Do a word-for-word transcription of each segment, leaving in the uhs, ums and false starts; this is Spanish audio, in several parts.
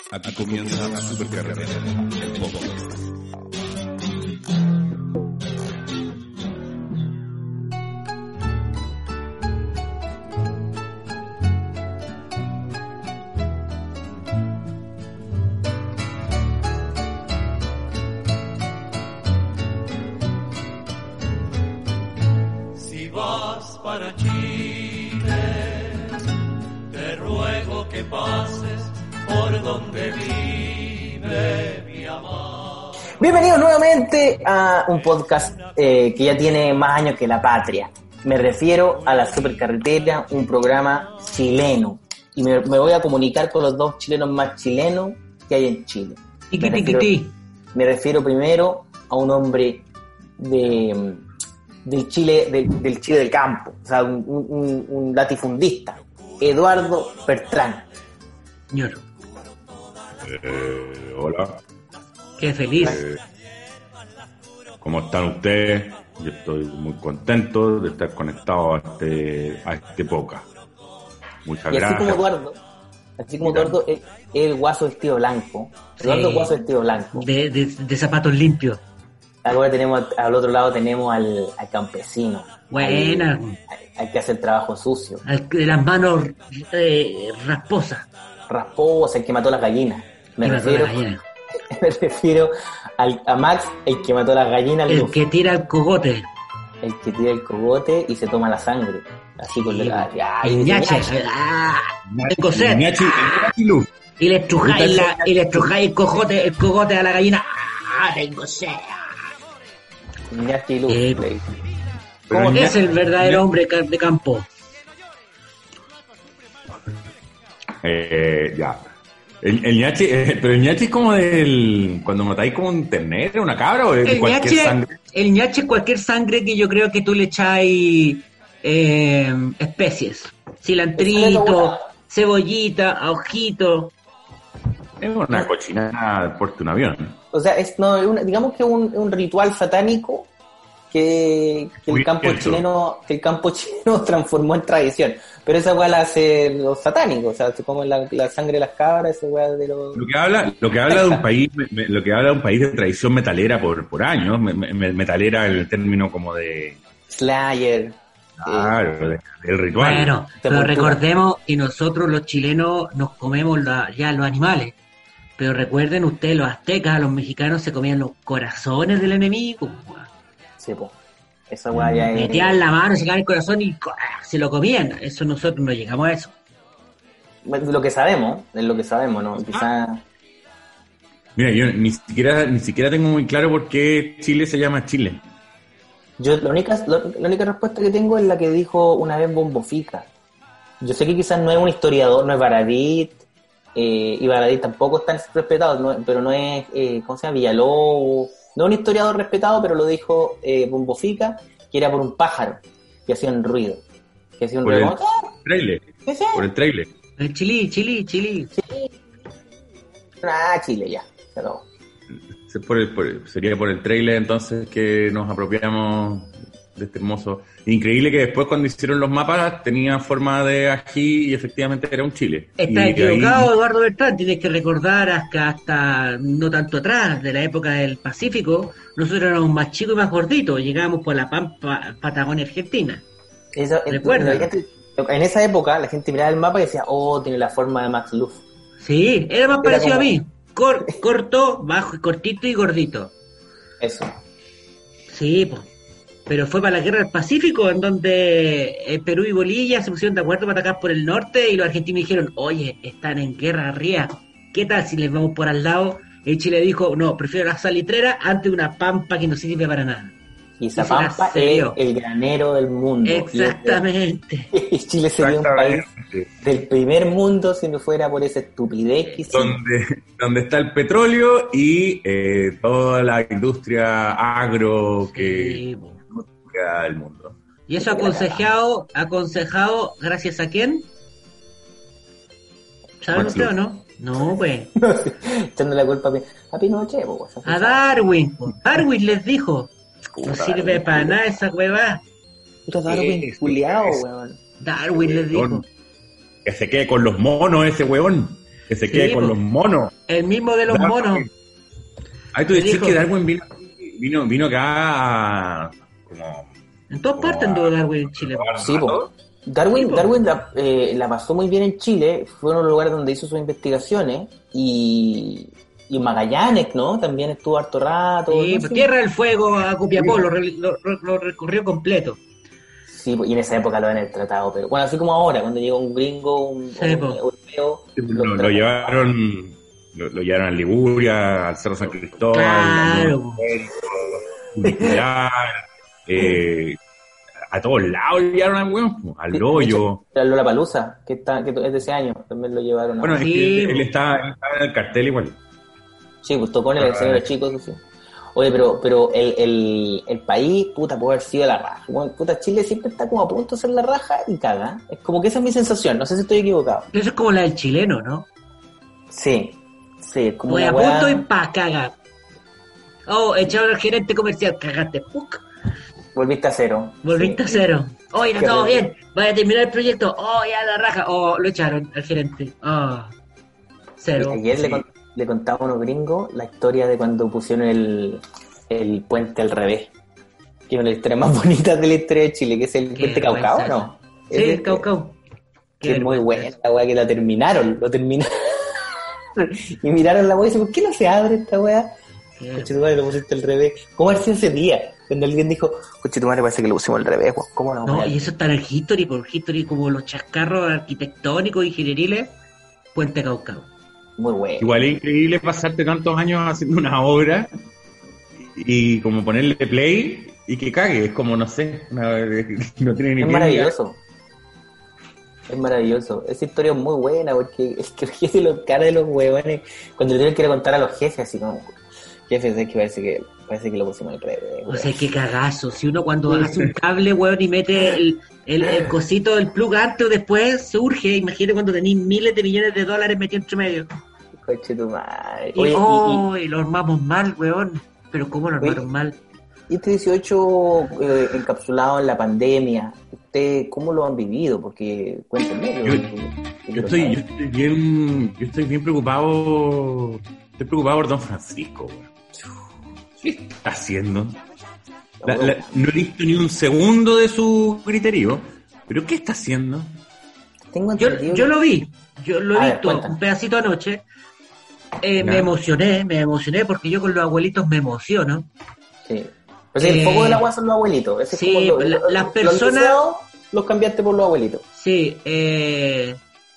Aquí comienza la Supercarretera, el podcast. Si vas para Chile, te ruego que pases por donde vive mi amor. Bienvenidos nuevamente a un podcast eh, que ya tiene más años que la patria. Me refiero a la Supercarretera, un programa chileno. Y me, me voy a comunicar con los dos chilenos más chilenos que hay en Chile. Me refiero, me refiero primero a un hombre de, del Chile del, del Chile del campo, o sea, un, un, un latifundista, Eduardo Bertrán. Señor. Eh, hola. Qué feliz. Eh, ¿Cómo están ustedes? Yo estoy muy contento de estar conectado a este, a este podcast. Muchas y gracias. Así como Eduardo, así como Eduardo es el guaso vestido blanco. Eduardo Sí. guaso vestido blanco. De, de, de zapatos limpios. Ahora tenemos, al otro lado tenemos al, al campesino. Buena. Al, al que hace el trabajo sucio. Al de las manos eh, rasposas. Rasposa, el que mató las gallinas. Me Que mató refiero, las gallinas. me refiero al, a Max, el que mató las gallinas. El Luz. que tira el cogote. El que tira el cogote y se toma la sangre. Así con Sí, la... ya, el y dice, ñache. ñache. Ah, tengo sed. Ñachi, el Ñachi Luz. Y le estrujáis la, y le estrujáis el cogote, el cogote a la gallina. Ah, tengo sed. Ñache y Luz. Eh, Le- Pero ¿Cómo Ñachi- Es el verdadero hombre ca- de campo. Eh, ya. El, el Ñachi, eh, pero el Ñachi es como del... Cuando matáis como un ternero, una cabra, o de El cualquier ñache, sangre. el ñache es cualquier sangre que yo creo que tú le echáis eh, especies. Cilantrito, cebollita, ajito. Es una cochinada de porte un avión. O sea, es, no, es una- digamos que es un, un ritual satánico que, que el Muy campo cierto. chileno que el campo chileno transformó en tradición. Pero esa weá la hace los satánicos, o sea, se comen la, la sangre de las cabras, esa weá de los... Lo que habla, lo que habla de un país, me- me- lo que habla de un país de tradición metalera por, por años, me- me- metalera el término como de, Slayer. claro, de- del ritual. Bueno, pero Sepultura. recordemos que nosotros los chilenos nos comemos la- ya los animales. Pero recuerden ustedes, los aztecas, los mexicanos se comían los corazones del enemigo. Sí, po. Esa weá ya es... Metían la mano, sacaban el corazón y ¡ah! Se lo comían. Eso nosotros no llegamos a eso. Es lo que sabemos, es lo que sabemos, ¿no? Quizás... Mira, yo ni siquiera, ni siquiera tengo muy claro por qué Chile se llama Chile. Yo, la única, la, la única respuesta que tengo es la que dijo una vez Bombo Fica. Yo sé que quizás no es un historiador, no es Baradit, eh, y Baradit tampoco es tan respetado, no- pero no es, eh, ¿cómo se llama? Villalobos. No es un historiador respetado, pero lo dijo eh, Bombo Fica, que era por un pájaro que hacía un ruido. Que hacía un Por el ruido. como, trailer. ¿qué es eso? Por el trailer. El chili, chili, chili. Ah, Chile, ya. Se acabó. Se- por el- por- sería por el trailer entonces que nos apropiamos de este hermoso. Increíble que después cuando hicieron los mapas tenía forma de ají y efectivamente era un chile. Está Y de ahí- equivocado, Eduardo Bertrán. Tienes que recordar hasta, hasta no tanto atrás, de la época del Pacífico, nosotros éramos más chicos y más gorditos. Llegábamos por la Pampa, Patagonia Argentina. Esa- el- Recuerda. la gente- en esa época la gente miraba el mapa y decía, oh, tiene la forma de Max Luff. Sí, era más Era parecido como- a mí. Cor- corto, bajo, cortito y gordito. Eso. Sí, po. Pero fue para la guerra del Pacífico, en donde eh, Perú y Bolivia se pusieron de acuerdo para atacar por el norte y los argentinos dijeron, oye, están en guerra arriba, ¿qué tal si les vamos por al lado? Y Chile dijo, no, prefiero la salitrera antes de una pampa que no sirve para nada. Y Y se la Zapampa es cedió. el granero del mundo. Exactamente. Y Chile sería un país Exactamente. del primer mundo si no fuera por esa estupidez que hicimos. Donde, donde está el petróleo y eh, toda la industria agro que Sí, po. queda del mundo. Y eso aconsejado, aconsejado, ¿gracias a quién? ¿Saben Max usted o Luff. no? No, pues. No sé, echando la culpa a, Pi- a Pinochet, po, pues, A Darwin. po. Darwin les dijo. No Puta, sirve Darwin, para nada esa huevada. Puta Darwin, Eso, culiao, eso. weón. Darwin les dijo. Que se quede con los monos ese huevón. que se Sí, quede con po. los monos. El mismo de los Darwin. monos. Ahí tú Me decís dijo- que Darwin vino, vino, vino acá a- como... En todas como partes a- anduvo Darwin en Chile. po. Sí, po. Darwin, Sí, po. Darwin la, eh, la pasó muy bien en Chile, fue uno de los lugares donde hizo sus investigaciones y, y Magallanes, ¿no? También estuvo harto rato. Sí, ¿no? pues Sí. Tierra del Fuego a Copiapó lo, re- lo- lo- lo recorrió completo. Sí, y en esa época lo habían tratado, pero bueno, así como ahora, cuando llega un gringo, un, Sí, o un po. europeo, Lo, los lo tratan. llevaron lo, lo llevaron a Liguria, al Cerro San Cristóbal, Claro. al Pilar, eh, a todos lados le llevaron al weón, al hoyo. La Lollapalooza, que, está, que es de ese año, también lo llevaron a... Bueno, es Sí, que él, po. él está, él está en el cartel igual. Sí, pues tocó en el Ah. escenario de chicos, eso sí. Oye, pero, pero el, el, el país, puta, puede haber sido la raja. Bueno, puta, Chile siempre está como a punto de ser la raja y caga. Es como que esa es mi sensación, no sé si estoy equivocado. Eso es como la del chileno, ¿no? Sí, sí, es como Voy una a weá... punto y pa, caga. Oh, echaron al gerente comercial, cagaste. ¡Puc! Volviste a cero. Volviste Sí. a cero. Oye, Qué todo horrible. bien. Vaya a terminar el proyecto. Oh, ya la raja. Oh, lo echaron al gerente. Ah, cero. Ayer le, Sí. con- le contaba a unos gringos la historia de cuando pusieron el, el puente al revés. Que es una de las historias más bonitas de la historia de Chile, que es el Qué puente Caucao, vergüenza ¿no? Sí, Ese- el Caucao. Que Qué es muy buena vergüenza. la weá, que la terminaron, lo terminaron. Y miraron la weá y dicen, ¿por qué no se abre esta weá? Qué Coche tu madre, lo pusiste al revés. ¿Cómo haber sido ese día? Cuando alguien dijo, coche tu madre, parece que lo pusimos al revés, weón. ¿Cómo no? No, weá? y eso está en el History, por History, como los chascarros arquitectónicos, ingenieriles, Puente Caucao. Muy bueno. Igual es increíble pasarte tantos años haciendo una obra y, y como ponerle play y que cague. Es como, no sé, una- no tiene ni Es pie ni maravilloso. Es maravilloso. Esa historia es muy buena porque es que fíjate los caras de los huevones cuando le tienen que ir a contar a los jefes, así como, jefes, es que parece que, parece que lo pusimos al revés. O weón". sea, qué cagazo. Si uno cuando hace un cable, weón, y mete el, el, el cosito del plug antes o después, se urge. Imagínate cuando tenéis miles de millones de dólares metidos entre medio. Coche tu madre. Y, Oye, y- oh, y, lo armamos mal, weón. Pero ¿cómo lo armaron Oye, mal? y, y este dieciocho eh, encapsulado en la pandemia, ¿usted cómo lo han vivido? Porque cuéntenme. Yo- yo- yo Yo quiero estoy, saber. yo estoy bien, yo estoy bien preocupado, estoy preocupado por Don Francisco, weón. ¿Qué está haciendo? La- la- no he visto ni un segundo de su griterío, pero ¿qué está haciendo? Tengo Yo, entendido yo que- lo vi. Yo lo he A ver, visto cuéntame. un pedacito anoche. Eh, Ya. me emocioné, me emocioné porque yo con los abuelitos me emociono. Sí. Pues el Eh, foco del agua son los abuelitos. Ese es sí, como lo- la- lo- las los personas- deseados los cambiaste por los abuelitos. Sí, eh,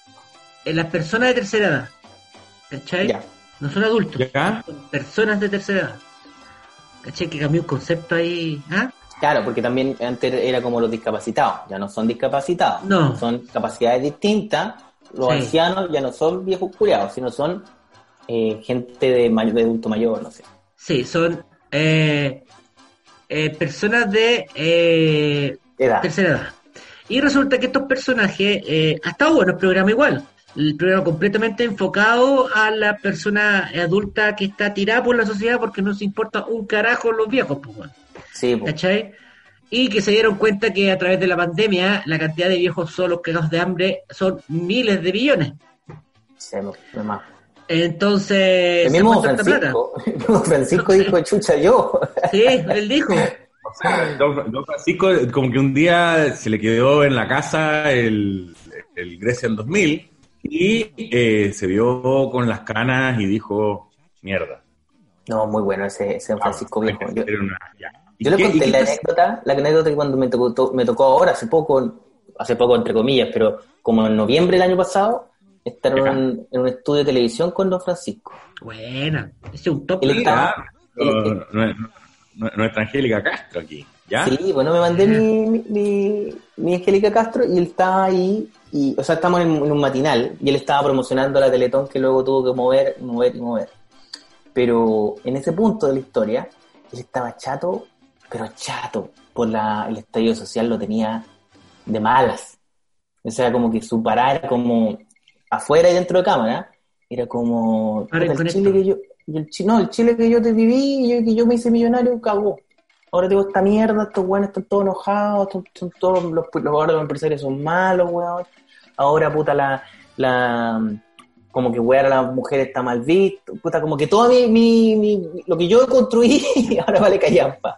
eh, las personas de tercera edad, ¿cachai? Ya. No son adultos, ¿Ya? son personas de tercera edad. ¿Cachai? Que cambió un concepto ahí. ¿Ah? Claro, porque también antes era como los discapacitados, ya no son discapacitados, No. son capacidades distintas. Los Sí. ancianos ya no son viejos curiados, sino son eh, gente de, may- de adulto mayor, no sé. Sí, son eh, eh, personas de eh, Edad. tercera edad. Y resulta que estos personajes, eh, ha estado bueno el programa igual. El programa completamente enfocado a la persona adulta que está tirada por la sociedad porque no se importa un carajo los viejos, pues, bueno. Sí, po. ¿Cachai? Y que se dieron cuenta que a través de la pandemia la cantidad de viejos solos cagados de hambre son miles de billones. Sí, no, no más. Entonces, El se mismo muestra esta plata. Francisco, el mismo Francisco dijo, chucha, yo. Sí, él dijo. O sea, Don, Don Francisco, como que un día se le quedó en la casa el, el Grecian dos mil y eh, se vio con las canas y dijo, mierda. No, muy bueno ese, ese Francisco hay viejo. que Yo, hacer una- ya. ¿Y yo le qué- y conté qué la pasa? anécdota, la anécdota que cuando me tocó, me tocó ahora, hace poco, hace poco entre comillas, pero como en noviembre del año pasado, estaron Ya. en, en un estudio de televisión con Don Francisco. Buena. Ese es un top. Él Mira, estaba- no- él- no- no- nuestra Angélica Castro aquí, ¿ya? Sí, bueno, me mandé mi, mi, mi, mi Angélica Castro y él estaba ahí, y, o sea, estamos en, en un matinal y él estaba promocionando la Teletón que luego tuvo que mover, mover y mover. Pero en ese punto de la historia, él estaba chato, pero chato, por la, el estallido social lo tenía de malas. O sea, como que su parada era como afuera y dentro de cámara, era como Paren puta, con el Chile esto. que yo, y el, chi- no, el Chile que yo te viví y yo, que yo me hice millonario, cagó. Ahora tengo esta mierda, estos weones están todos enojados, son, son todos los, los, ahora los empresarios son malos, weón. Ahora puta la, la como que wear a las mujeres está mal visto, puta, como que todo mi, mi, mi lo que yo construí ahora vale callampa.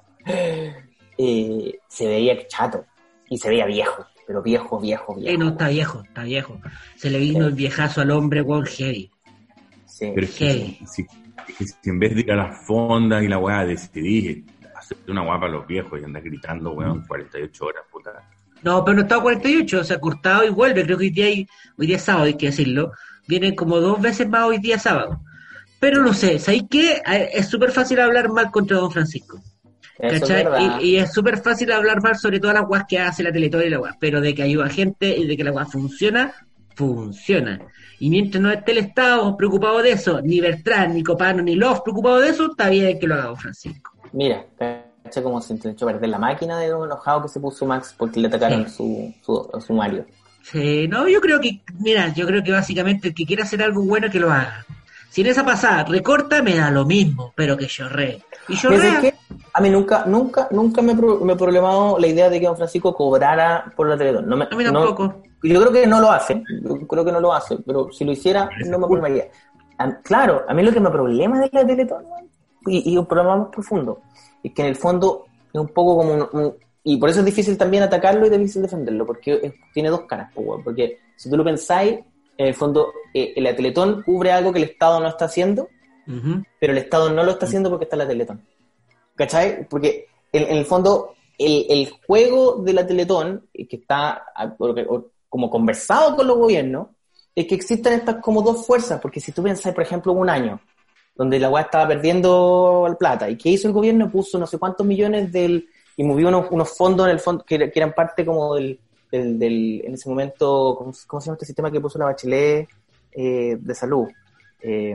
Eh, se veía chato y se veía viejo, pero viejo, viejo, viejo. Eh, no, está viejo, está viejo. Se le vino sí. el viejazo al hombre, weón, heavy. Sí. Pero es que, si, si, si, si en vez de ir a las fondas y la weá decidí hacer una weá para los viejos y andar gritando, weón, cuarenta y ocho horas, puta. No, pero no estaba cuarenta y ocho, o sea, cortado y vuelve. Creo que hoy día, hay, hoy día es sábado, hay que decirlo. Vienen como dos veces más hoy día sábado. Pero no sé, ¿sabéis qué? Es súper fácil hablar mal contra Don Francisco. ¿Cachai? Es y, y es súper fácil hablar mal sobre todas las guas que hace la Teletón y la guas, pero de que ayuda a gente y de que la guas funciona, funciona. Y mientras no esté el Estado preocupado de eso, ni Bertrán, ni Copano, ni Love preocupado de eso, está bien que lo haga Don Francisco. Mira, ¿cachai? Como se intentó perder la máquina de lo enojado que se puso Max porque le atacaron sí. su, su, su Mario. Sí, no, yo creo que, mira, yo creo que básicamente el que quiera hacer algo bueno que lo haga. Si en esa pasada recorta, me da lo mismo, pero que chorree. Y chorrea. ¿Qué? A mí nunca, nunca, nunca me, pro, me he problemado la idea de que Don Francisco cobrara por la Teletón. No me, a mí tampoco. No, yo creo que no lo hace, yo creo que no lo hace, pero si lo hiciera, no me problemaría. Claro, a mí lo que me problema de la Teletón, y, y un problema más profundo, es que en el fondo es un poco como un, un y por eso es difícil también atacarlo y difícil defenderlo, porque es, tiene dos caras, porque si tú lo pensáis, en el fondo, eh, la Teletón cubre algo que el Estado no está haciendo, uh-huh. pero el Estado no lo está haciendo porque está la Teletón. ¿Cachai? Porque en, en el fondo, el, el juego de la Teletón, que está como conversado con los gobiernos, es que existen estas como dos fuerzas, porque si tú pensás, por ejemplo, un año, donde la U A estaba perdiendo plata, ¿y qué hizo el gobierno? Puso no sé cuántos millones del, y movió unos, unos fondos en el fondo, que, que eran parte como del, del, del en ese momento, ¿cómo, cómo se llama este sistema que puso la Bachelet eh, de salud? Eh,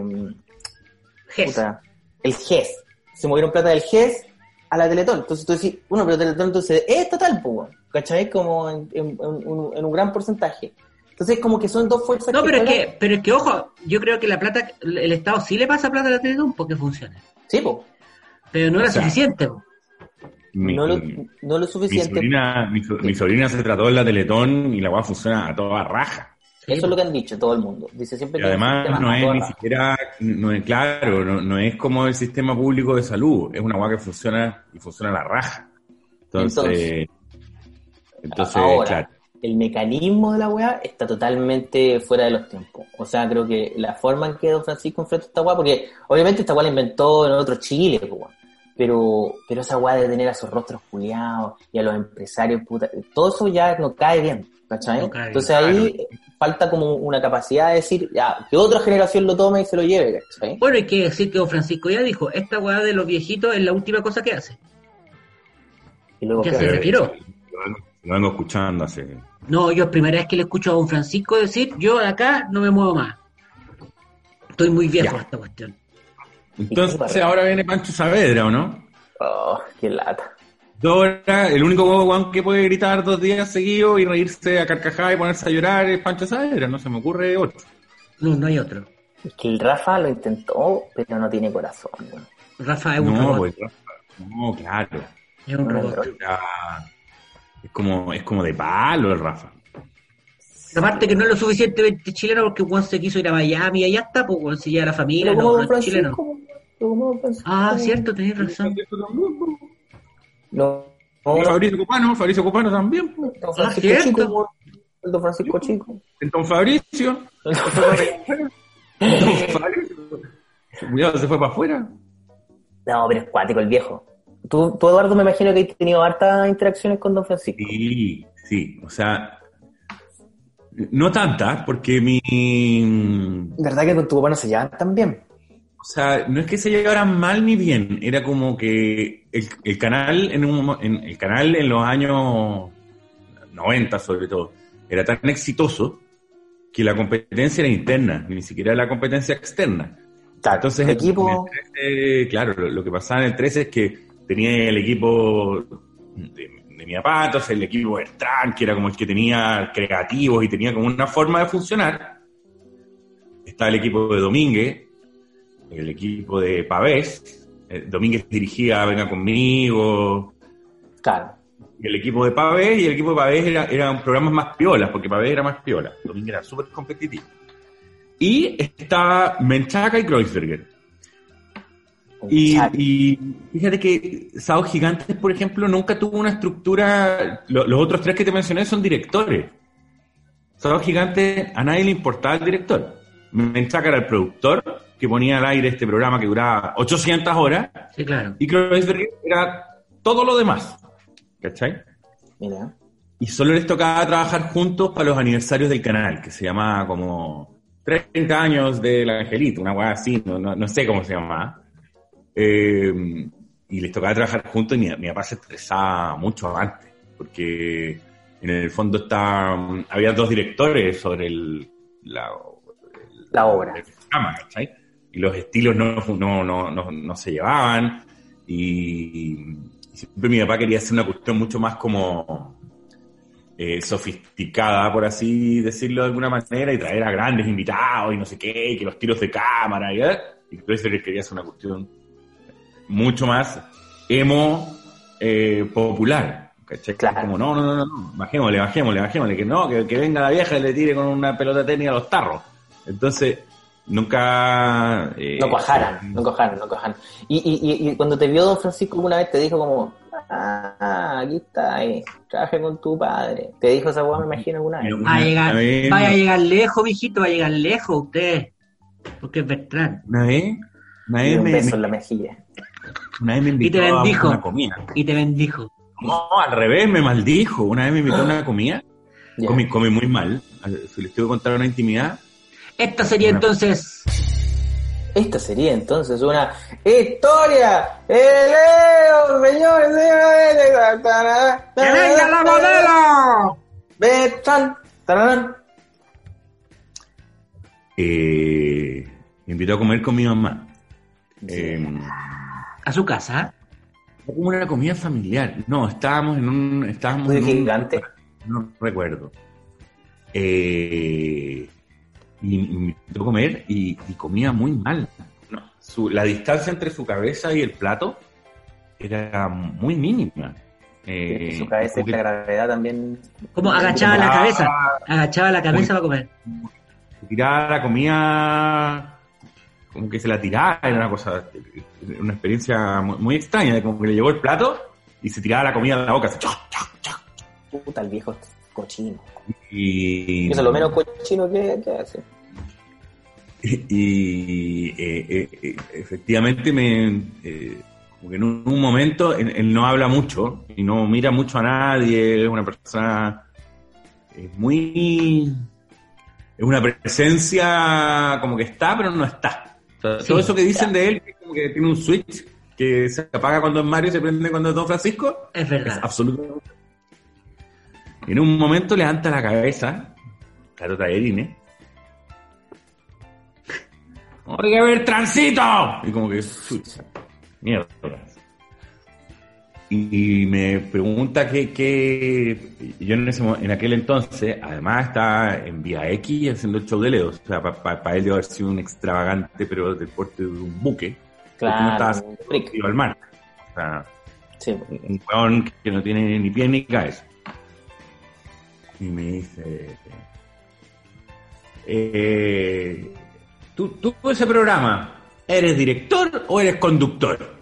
G E S. Puta, el G E S. Se movieron plata del G E S a la Teletón. Entonces tú decís, bueno, pero Teletón entonces es estatal, pues, ¿cachai? Como en, en, en, en un gran porcentaje. Entonces como que son dos fuerzas. No, que pero es juegan. que, pero es que, ojo, yo creo que la plata, el Estado sí le pasa plata a la Teletón porque funciona. Sí, pues. Pero no era o sea, suficiente, po. Mi, no, lo, no lo suficiente. Mi sobrina, mi, mi sobrina se trató en la Teletón y la guay funciona a toda raja. Sí, eso es lo que han dicho todo el mundo. Dice siempre y que además el no es ni siquiera, no es claro, no, no es como el sistema público de salud, es una guay que funciona y funciona a la raja. Entonces, entonces, entonces ahora, claro. El mecanismo de la weá está totalmente fuera de los tiempos. O sea, creo que la forma en que Don Francisco enfrenta esta weá, porque obviamente esta weá la inventó en otro Chile, pues, pero, pero esa weá de tener a esos rostros culiados y a los empresarios, puta, todo eso ya no cae bien, ¿cachai? No cae, entonces ahí claro. Falta como una capacidad de decir, ya, que otra generación lo tome y se lo lleve, ¿cachai? Bueno, hay que decir que Don Francisco ya dijo, esta weá de los viejitos es la última cosa que hace. Y luego ya se retiró. Lo vengo, lo vengo escuchando hace... No, yo es primera vez que le escucho a Don Francisco decir, yo de acá no me muevo más. Estoy muy viejo a esta cuestión. Entonces ahora viene Pancho Saavedra, ¿o no? Oh, qué lata. Dos horas, el único guau que puede gritar dos días seguidos y reírse a carcajadas y ponerse a llorar es Pancho Saavedra, no se me ocurre otro. No, no hay otro. Es que el Rafa lo intentó, pero no tiene corazón, ¿no? Rafa es un no, robot. Pues, Rafa, no, claro. Es un robot. O sea, es como, es como de palo el Rafa. Aparte que no es lo suficientemente chileno porque Juan se quiso ir a Miami y allá está, pues Juan se lleva a la familia, pero no, como no es chileno. Como ah, cierto, tenés razón. No, no, no. Fabricio Copano, Fabricio Copano también. Pues. Don Francisco ah, Chico, el Don Francisco Chico. El Don Fabricio. El Don Fabricio. Cuidado, se fue para afuera. No, pero es cuático el viejo. Tú, tú, Eduardo, me imagino que has tenido hartas interacciones con Don Francisco. Sí, sí, o sea, no tantas, porque mi... ¿Verdad que con tu papá no se llevan tan bien? O sea, no es que se llevaran mal ni bien, era como que el, el canal en un en, el canal en los años noventa sobre todo, era tan exitoso que la competencia era interna, ni siquiera la competencia externa. Claro, entonces el equipo... en el trece, claro, lo, lo que pasaba en el trece es que tenía el equipo de, de mi papá, entonces el equipo Bertrán, que era como el que tenía creativos y tenía como una forma de funcionar. Estaba el equipo de Domínguez, el equipo de Pavés. Eh, Domínguez dirigía Venga Conmigo. Claro. Y el equipo de Pavés, y el equipo de Pavés era, eran programas más piolas, porque Pavés era más piola. Domínguez era súper competitivo. Y estaba Menchaca y Kreuzberger. Y, y fíjate que Sábados Gigantes, por ejemplo, nunca tuvo una estructura. Lo, los otros tres que te mencioné son directores. Sábados Gigantes, a nadie le importaba el director. Menchaca era el productor que ponía al aire este programa que duraba ochocientas horas. Sí, claro. Y Kreuzberger era todo lo demás. ¿Cachai? Mira. Y solo les tocaba trabajar juntos para los aniversarios del canal, que se llamaba como treinta años del Angelito, una hueá así, no, no, no sé cómo se llamaba. Eh, y les tocaba trabajar juntos y mi, mi papá se estresaba mucho antes, porque en el fondo está, había dos directores sobre el, la, el, la obra. El programa, ¿cachai? Y los estilos no, no, no, no, no se llevaban, y, y siempre mi papá quería hacer una cuestión mucho más como eh, sofisticada, por así decirlo de alguna manera, y traer a grandes invitados y no sé qué, y que los tiros de cámara, y, ¿eh? y entonces quería hacer una cuestión mucho más emo eh, popular, ¿cachai? Claro. Como, no, no, no, no, bajémosle, bajémosle, bajémosle, que no, que, que venga la vieja y le tire con una pelota técnica a los tarros. Entonces, nunca... Eh, no cuajaran, eh, no cuajaran, no cuajaran. Y, y, y cuando te vio Don Francisco alguna vez te dijo como, ah, aquí está, eh, trabaja con tu padre. Te dijo esa hueá, me imagino, alguna vez. Va a llegar, vaya a llegar lejos, mijito, va a llegar lejos usted, porque es Bertrand. Una vez... Una vez y un me, beso me, en la mejilla. Una vez me invitó y te bendijo, a una comida. Y te bendijo. No, al revés, me maldijo. Una vez me invitó a una comida. Yeah. Comí, comí muy mal. Si les tengo que contar una intimidad. Esta sería una... entonces... Esta sería entonces una historia. ¡El Leo, señores! ¡Que venga la modelo! ¡Betán! ¡Tarán! Eh, me invitó a comer con mi mamá. Eh, ¿A su casa? Como una comida familiar. No, estábamos en un... Estábamos ¿Muy en gigante? Un, no recuerdo. Eh, y me invitó a comer y, y comía muy mal. No, su, la distancia entre su cabeza y el plato era muy mínima. Eh, su cabeza y la gravedad también... ¿Cómo agachaba la cabeza? Agachaba la cabeza para comer. Tiraba la comida... como que se la tiraba, era una cosa, una experiencia muy, muy extraña, como que le llegó el plato y se tiraba la comida en la boca, así, ¡choc, choc, choc! Puta, el viejo cochino. Y... Eso es lo menos cochino que, que hace. Y, y eh, eh, eh, efectivamente me... Eh, como que en un, un momento él, él no habla mucho y no mira mucho a nadie, es una persona eh, muy... Es una presencia como que está, pero no está. O sea, sí, todo eso que dicen ya. de él, que como que tiene un switch que se apaga cuando es Mario y se prende cuando es Don Francisco, es verdad. Es absolutamente. En un momento levanta la cabeza, Caro Tallerines, ¡oiga, Bertrancito! Y como que, mierda. Y me pregunta que, que yo en, ese, en aquel entonces, además estaba en Vía X haciendo el show de Leo. O sea, para pa, pa él debe haber sido un extravagante, pero del porte de un buque. Claro, no estaba ido al mar. O sea, sí. un weón que no tiene ni pie ni cabeza. Y me dice, eh, ¿tú, tú ese programa, ¿eres director o eres conductor?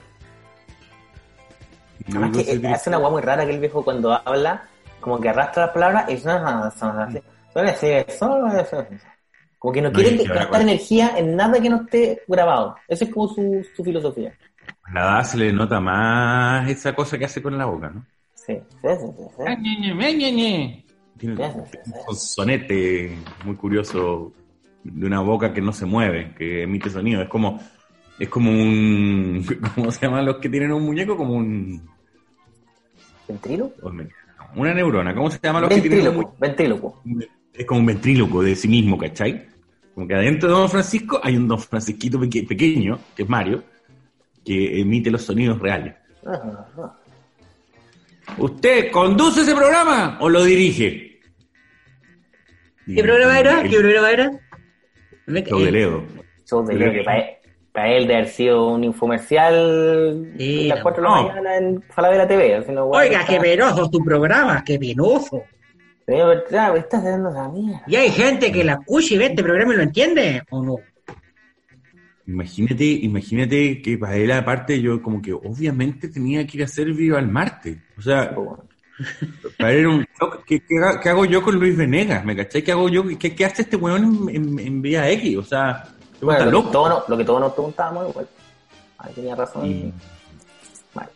Además que eh, hace una guay muy rara que el viejo cuando habla, como que arrastra las palabras y son así, son así, son así. Como que no quiere no, gastar energía en nada que no esté grabado. Esa es como su, su filosofía. A la edad se le nota más esa cosa que hace con la boca, ¿no? Sí, sí, sí, sí, sí. Tiene sí, sí, sí. un sonete muy curioso de una boca que no se mueve, que emite sonido. Es como... Es como un... ¿Cómo se llaman los que tienen un muñeco? Como un... ¿Ventríloco? Una neurona. ¿Cómo se llaman los que tienen un muñeco? Ventríloco. Es como un ventríloco de sí mismo, ¿cachai? Como que adentro de Don Francisco hay un Don Francisquito peque- pequeño, que es Mario, que emite los sonidos reales. Ajá, ajá. ¿Usted conduce ese programa o lo dirige? ¿Qué programa era? ¿Qué programa era? Show de Leo. Show de Leo, que para él, para él de haber sido un infomercial sí, a las cuatro de no. la mañana en Falabella T V. Así no, Oiga, qué penoso tu programa, qué penoso. Señor Bertrand, ¿me estás dando esa mierda? Y hay gente que la escucha y ve este programa y lo entiende, ¿o no? Imagínate, imagínate que para él aparte yo como que obviamente tenía que ir a hacer Viva el Marte. O sea, para él era un shock. ¿Qué, qué, qué hago yo con Luis Venegas? ¿Me cachai? ¿Qué hago yo? ¿Qué, qué hace este weón en, en, en Vía X? O sea, bueno, lo, loco. Que todos, lo que todos nos preguntábamos igual. Ahí tenía razón. Y, vale.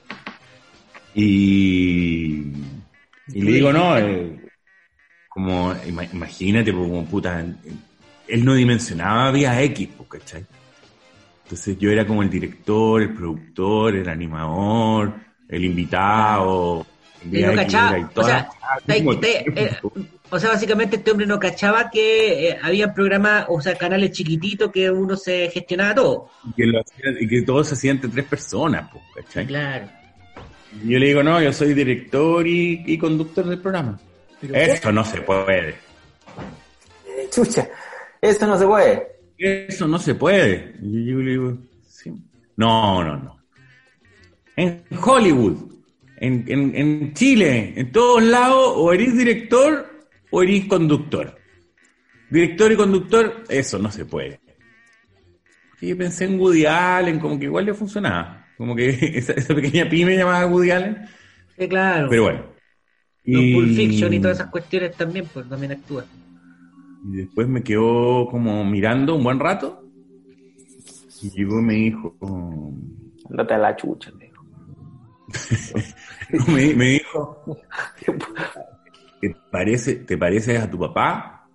y, y le digo, no, eh, como imagínate, como puta, él no dimensionaba Vía X, ¿cachai? Entonces yo era como el director, el productor, el animador, el invitado. Y no cachaba, o sea, te, te, eh, o sea, básicamente este hombre no cachaba que eh, había programas, o sea, canales chiquititos que uno se gestionaba todo. Y que, lo hacía, y que todo se hacía entre tres personas, ¿cachai? Claro. Y yo le digo, no, yo soy director y, y conductor del programa. Pero eso no se puede. Chucha, eso no se puede. Eso no se puede. Y yo le digo, sí. No, no, no. En Hollywood, en, en, en Chile, en todos lados, o eres director o eres conductor. Director y conductor, eso no se puede. Y yo pensé en Woody Allen, como que igual le funcionaba. Como que esa, esa pequeña pyme llamada Woody Allen. Sí, claro. Pero bueno. Los y... Pulp Fiction y todas esas cuestiones también, pues también actúa. Y después me quedó como mirando un buen rato. Y llegó y me dijo... Andate a la chucha, me dijo. me, me dijo... ¿Te, parece, ¿Te pareces a tu papá?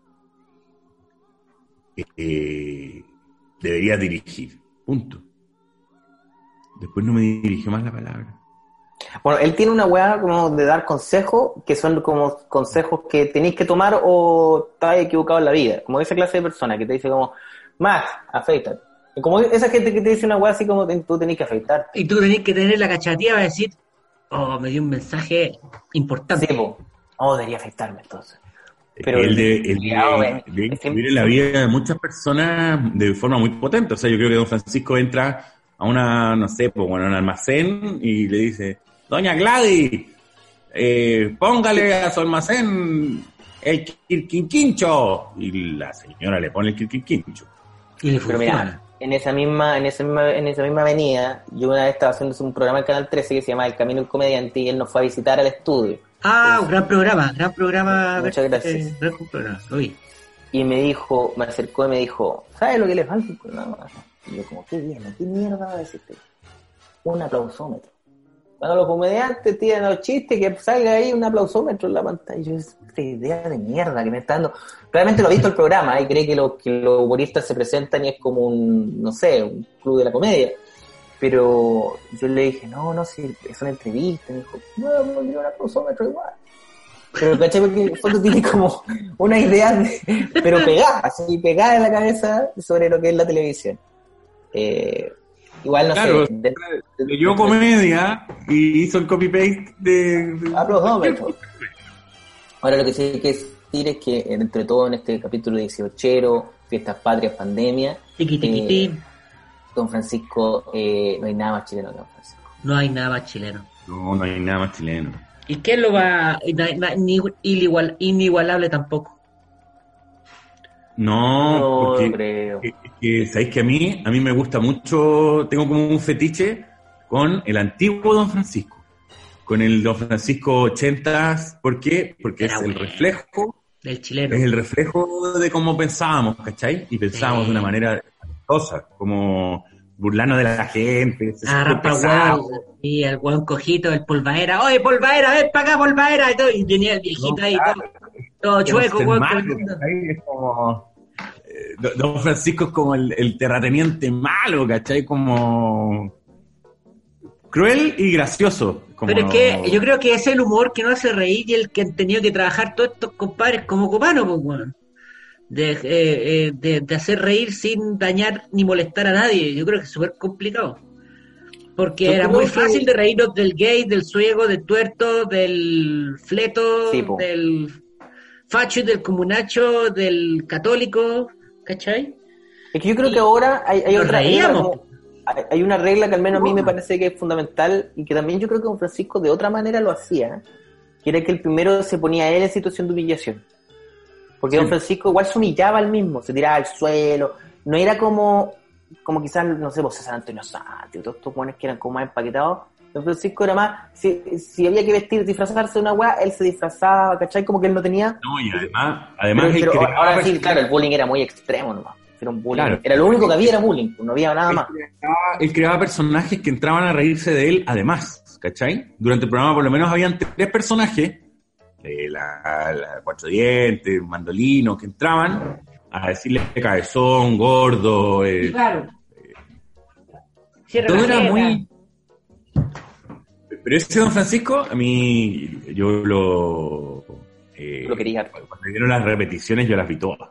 Eh, deberías dirigir. Punto. Después no me dirigió más la palabra. Bueno, él tiene una weá como de dar consejos, que son como consejos que tenéis que tomar o estáis equivocado en la vida. Como esa clase de persona que te dice como, Max, afeítate. Como esa gente que te dice una weá así como tú tenés que afeitarte. Y tú tenés que tener la cachatía para decir, oh, me dio un mensaje importante. Sí, po. Oh, debería afeitarme entonces. Pero el de, el de, de influir en la vida de muchas personas de forma muy potente. O sea, yo creo que don Francisco entra a una, no sé, pues bueno, a un almacén y le dice, doña Gladys, eh, póngale a su almacén el quirquinquincho. Y la señora le pone el quirquinquincho. Y le Pero mira, en esa misma, en esa misma, en esa misma avenida, yo una vez estaba haciendo un programa en Canal trece que se llama El Camino del Comediante y él nos fue a visitar al estudio. Ah, Entonces, un gran programa, gran programa. Muchas gracias. Eh, gran programa, lo vi. Y me dijo, me acercó y me dijo, ¿sabes lo que le falta? Pues no, y yo como, qué bien, ¿qué mierda va a decirte? Un aplausómetro. Cuando los comediantes tiran los chistes, que salga ahí un aplausómetro en la pantalla. Y yo, esta idea de mierda que me está dando. Claramente lo ha visto el programa y cree que, lo, que los humoristas se presentan y es como un, no sé, un club de la comedia. Pero yo le dije, no, no, si es una entrevista. Me dijo, no, me pondría un aplausómetro igual. Pero caché porque el fondo tiene como una idea, de, pero pegada, así pegada en la cabeza sobre lo que es la televisión. Eh, igual no claro, sé. De, de, leyó comedia y hizo el copy-paste de... de aplausómetro. Ahora lo que sí hay que decir es que entre todo en este capítulo dieciochero, Fiestas Patrias, Pandemia, eh, Don Francisco, eh, no hay nada más chileno que Don Francisco. No hay nada más chileno. No, no hay nada más chileno. ¿Y quién lo va? Ni inigual, inigualable tampoco. No, no porque creo. Que, que, sabéis que a mí, a mí me gusta mucho, tengo como un fetiche con el antiguo Don Francisco, con el Don Francisco ochentas. ¿Por qué? Porque Era es bueno. el reflejo del chileno. Es el reflejo de cómo pensábamos, ¿cachai? Y pensábamos sí. de una manera cosa, como burlando de la gente. Ah, y el buen cojito, el polvaera. Oye, polvaera, ven para acá, polvaera. Y, todo, y venía el viejito no, ahí, claro. todo, todo chueco. Buen, malo, es como, eh, Don Francisco es como el, el terrateniente malo, ¿cachai? Como cruel y gracioso. Como... Pero es que yo creo que ese es el humor que no hace reír y el que han tenido que trabajar todos estos compadres como Copano, pues, bueno. De, eh, eh, de, de hacer reír sin dañar ni molestar a nadie. Yo creo que es súper complicado. Porque yo era muy que... fácil de reírnos del gay, del suego, del tuerto, del fleto, sí, del facho y del comunacho, del católico, ¿cachai? Es que yo creo y que ahora hay, hay otra regla, como, hay, hay una regla que al menos a mí me parece que es fundamental y que también yo creo que Don Francisco de otra manera lo hacía, que era que el primero se ponía a él en situación de humillación. Porque sí. Don Francisco igual se humillaba al mismo, se tiraba al suelo, no era como, como quizás, no sé, vos César Antonio Santos, todos estos buenos que eran como más empaquetados. Don Francisco era más, si, si había que vestir, disfrazarse de una weá, él se disfrazaba, ¿cachai? Como que él no tenía... No, y además, además pero, él pero creaba ahora sí, personajes. claro, el bullying era muy extremo nomás. Era un bullying. Claro. Era lo único que había, era bullying, no había nada Él más. creaba, él creaba personajes que entraban a reírse de él, además, ¿cachai? Durante el programa por lo menos habían tres personajes, eh, la, la Cuatro Dientes, Mandolino, que entraban a decirle cabezón, gordo. Eh, Claro. eh, todo era muy... Pero ese Don Francisco, a mí, yo lo... Eh, Lo quería. Cuando dieron las repeticiones, yo las vi todas.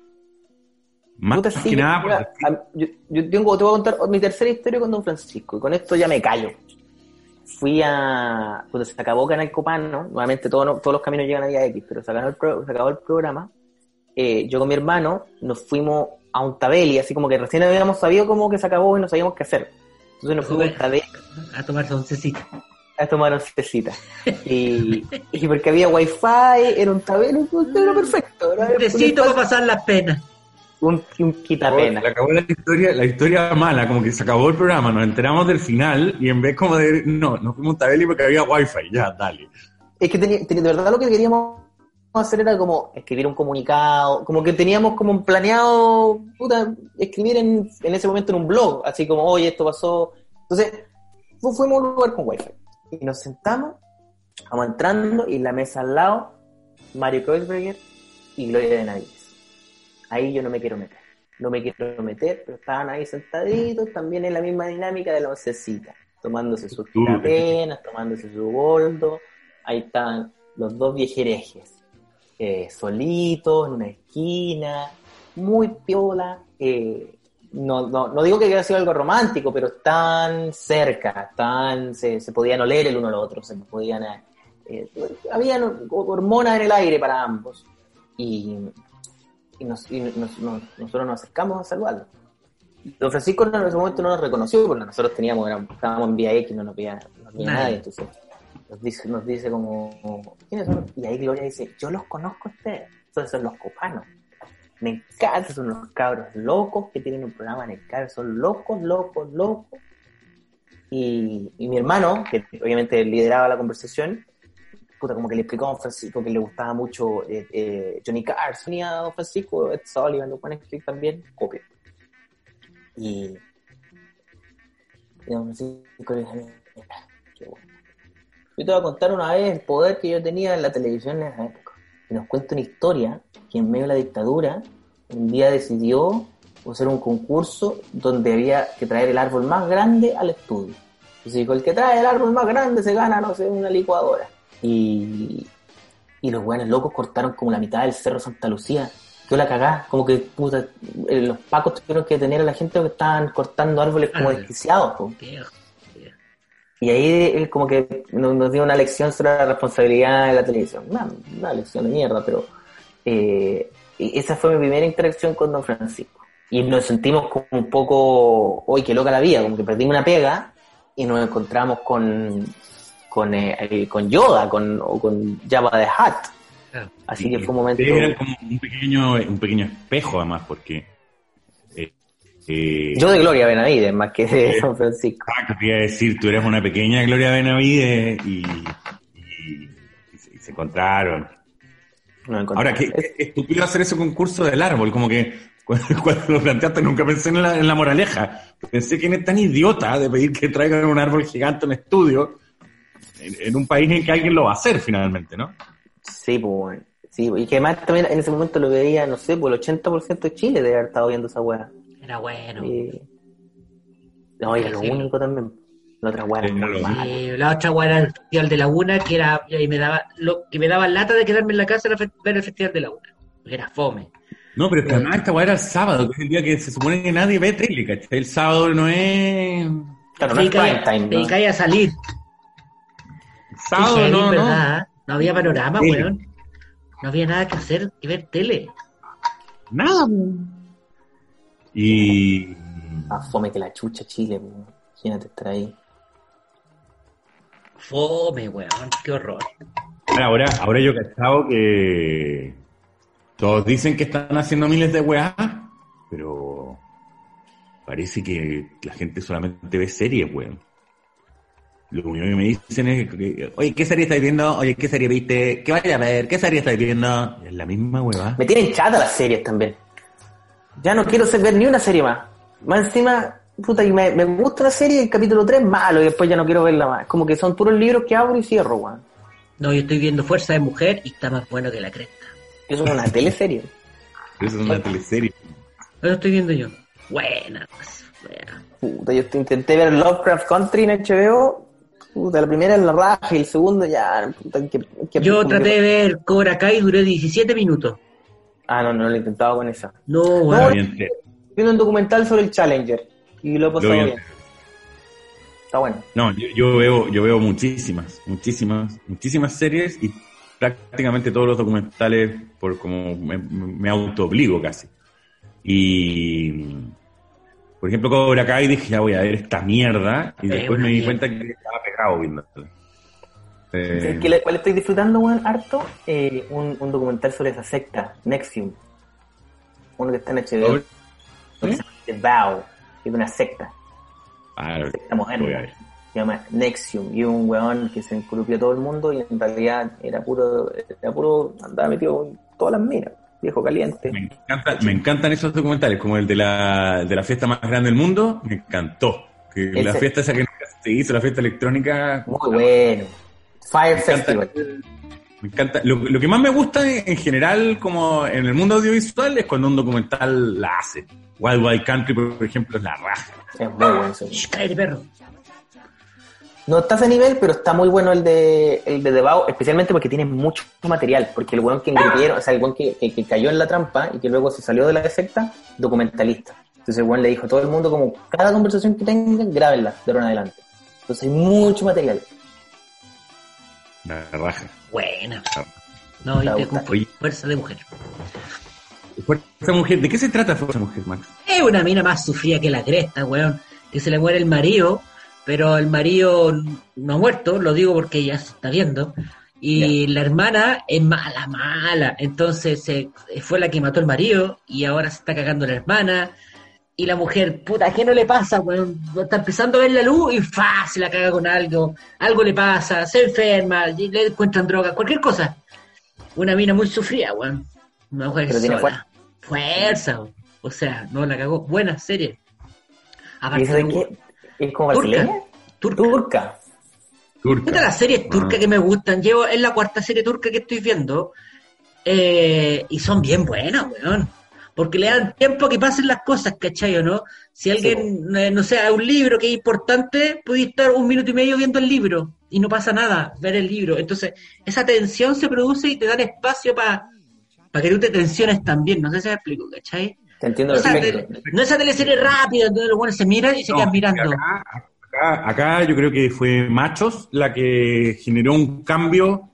Más Puta, que sí, nada... mira, porque- a- yo, yo tengo, te voy a contar mi tercera historia con Don Francisco, y con esto ya me callo. Fui a... Cuando se acabó Canal Copán, ¿no? Nuevamente todos, no- todos los caminos llegan a Día X, pero se acabó el, pro- se acabó el programa. Eh, yo con mi hermano nos fuimos a un Tabeli, así como que recién habíamos sabido como que se acabó y no sabíamos qué hacer. Entonces nos fuimos a un Tabeli A tomarse oncecita. a tomar oncecita. Y, y porque había wifi, era un Tabeli, era perfecto. Era Un tecito para pasar las penas. un, un quitapena. Se acabó la historia, la historia mala, como que se acabó el programa, nos enteramos del final y en vez como de, no, nos fuimos a Tabeli porque había wifi, ya, dale. Es que tenía, tenía- de verdad lo que queríamos hacer era como escribir un comunicado, como que teníamos como planeado, puta, escribir en, en ese momento en un blog, así como, oye, esto pasó. Entonces, fu- fuimos a un lugar con wifi y nos sentamos, vamos entrando y en la mesa al lado, Mario Kreuzberger y Gloria Benavides. Ahí yo no me quiero meter, no me quiero meter, pero estaban ahí sentaditos, también en la misma dinámica de la oncecita, tomándose sus tirapenas, tomándose su boldo. Ahí estaban los dos viejerejes, eh, solitos, en una esquina, muy piola. Eh, no, no, no digo que haya sido algo romántico, pero tan cerca, tan, se, se podían oler el uno al otro, se podían... Eh, había hormonas en el aire para ambos. Y, y, nos, y nos, nos, nosotros nos acercamos a saludarlo. Don Francisco en ese momento no nos reconoció, porque nosotros teníamos, éramos, estábamos en Vía X, no nos veía, no nos veía Nadie. nadie, entonces nos dice, nos dice como, ¿quiénes son? Y ahí Gloria dice, yo los conozco a ustedes, entonces son los copanos. Me encanta, son unos cabros locos que tienen un programa en el cabro, son locos, locos, locos. Y, y mi hermano, que obviamente lideraba la conversación, puta, como que le explicó a Don Francisco que le gustaba mucho eh, eh, Johnny Carson y a Don Francisco, Ed Sullivan, lo pueden escribir también, copia. Y, y Don Francisco le dijo, mira, qué bueno. Yo te voy a contar una vez el poder que yo tenía en la televisión en esa época. Y nos cuenta una historia que en medio de la dictadura un día decidió hacer un concurso donde había que traer el árbol más grande al estudio. Entonces dijo, el que trae el árbol más grande se gana, no sé, una licuadora. Y, y los buenos locos cortaron como la mitad del Cerro Santa Lucía. Qué la cagá, como que puta, eh, los pacos tuvieron que detener a la gente que estaban cortando árboles como Ah, desquiciados, po. Qué- Y ahí él como que nos, nos dio una lección sobre la responsabilidad de la televisión. Una, una lección de mierda, pero eh, y esa fue mi primera interacción con Don Francisco. Y nos sentimos como un poco, uy, qué loca la vida, como que perdimos una pega y nos encontramos con con, eh, eh, con Yoda, con, o con Jabba the Hutt. Claro. Así que fue un momento... Era como un pequeño, un pequeño espejo además, porque... Eh, eh, Yo de Gloria Benavides, más que de Eh, Don Francisco. Ah, que te iba a decir, tú eres una pequeña Gloria Benavides y, y, y se, y se encontraron. Nos encontramos. Ahora, qué, qué estúpido hacer ese concurso del árbol, como que cuando, cuando lo planteaste nunca pensé en la, en la moraleja. Pensé que es tan idiota de pedir que traigan un árbol gigante en estudio en, en un país en que alguien lo va a hacer finalmente, ¿no? Sí, pues bueno. Sí, y que además también en ese momento lo veía, no sé, pues el ochenta por ciento de Chile debe haber estado viendo esa weá. Era bueno. Y... No, era lo Sí. único también. La otra weá era Era lo normal. Y la otra weá era el Festival de Laguna, que era y me daba lo que me daba lata de quedarme en la casa era fe- ver el Festival de Laguna. Porque era fome. No, pero es que además esta weá era el sábado, que es el día que se supone que nadie ve tele, ¿cachai? El sábado no es... Claro, no Te es prime dedicáis- time, te ¿no? dedicáis a salir. El sábado Qué heavy, no, no. ¿verdad? No había panorama, Sí. weón. No había nada que hacer que ver tele. Nada. Y... Más fome que la chucha Chile, pues. Imagínate estar ahí. Fome, weón. Qué horror. Ahora, ahora yo he cachado que todos dicen que están haciendo miles de weas, pero parece que la gente solamente ve series, weón. Lo único que me dicen es, que, oye, ¿qué serie estáis viendo? Oye, ¿qué serie viste? ¿Qué vaya a ver? ¿Qué serie estáis viendo? Es la misma hueva. Me tienen chata las series también. Ya no quiero ver ni una serie más. Más encima, puta, y me, me gusta la serie, el capítulo tres malo, y después ya no quiero verla más. Es como que son puros libros que abro y cierro, weón. No, yo estoy viendo Fuerza de Mujer y está más bueno que la cresta. Eso es una teleserie. Eso es una teleserie. Eso estoy viendo yo. Buena, pues, buena. Puta, yo intenté ver Lovecraft Country en H B O. Puta, la primera es la raja y el segundo ya... Puta, que, que, yo traté que... de ver Cobra Kai y duré diecisiete minutos. Ah, no, no lo he intentado con esa. No, no bueno. Viendo un documental sobre el Challenger y lo he pasado lo bien. Está bueno. No, yo, yo veo yo veo muchísimas, muchísimas, muchísimas series y prácticamente todos los documentales por como me, me autoobligo casi. Y... Por ejemplo, Cobra Kai, dije, ya voy a ver esta mierda, y después eh, me di bien. cuenta que estaba pegado viendo. Eh... ¿Qué, ¿Cuál estoy disfrutando, weón, harto? Eh, un, un documental sobre esa secta, Nexium. Uno que está en H B O. ¿Sí? The Vow, que es una secta. Ah, una secta moderna. Se llama Nexium, y un weón que se enculupió a todo el mundo, y en realidad era puro, era puro, andaba metido en todas las minas. Viejo caliente. Me, encanta, me encantan esos documentales, como el de la de la fiesta más grande del mundo, me encantó. Que Ese, la fiesta esa que se hizo, la fiesta electrónica. Muy bueno. Fire me Festival. Encanta, me encanta. Lo, lo que más me gusta en general, como en el mundo audiovisual, es cuando un documental la hace. Wild Wild Country, por ejemplo, es la raja. Es muy bueno eso. ¡Cállate, perro! No está a ese nivel, pero está muy bueno el de el de The Vow, especialmente porque tiene mucho material, porque el weón que engripieron, o sea, el weón que, que, que cayó en la trampa y que luego se salió de la secta, documentalista. Entonces el weón le dijo a todo el mundo, como cada conversación que tengan, grábenla de ahora en adelante. Entonces hay mucho material. La raja. Buena. No, y te con Fuerza de Mujer. Fuerza Mujer, ¿de qué se trata Fuerza Mujer, Max? Es una mina más sufrida que la cresta, weón, que se le muere el marido. Pero el marido no ha muerto, lo digo porque ya se está viendo, y yeah. La hermana es mala, mala, entonces eh, fue la que mató al marido, y ahora se está cagando la hermana, y la mujer, puta, ¿qué no le pasa? Bueno, está empezando a ver la luz y ¡fa! Se la caga con algo, algo le pasa, se enferma, le encuentran drogas, cualquier cosa. Una mina muy sufrida, weón. Una mujer Pero tiene fuerza. Fuerza, o sea, no la cagó. Buena serie. Aparte, ¿y eso de qué? ¿Es como brasileña? Turca. Turca. Turca. Esta las series turcas ah. que me gustan. Llevo, es la cuarta serie turca que estoy viendo. Eh, y son bien buenas, weón. Porque le dan tiempo a que pasen las cosas, ¿cachai o no? Si alguien, sí. eh, no sé, un libro que es importante, puede estar un minuto y medio viendo el libro. Y no pasa nada, ver el libro. Entonces, esa tensión se produce y te dan espacio para pa que tú te tensiones también. No sé si me explico, ¿cachai? Te entiendo no, esa tele, no esa teleserie rápida donde los buenos se miran y se no, quedan mirando. Acá, acá, acá yo creo que fue Machos la que generó un cambio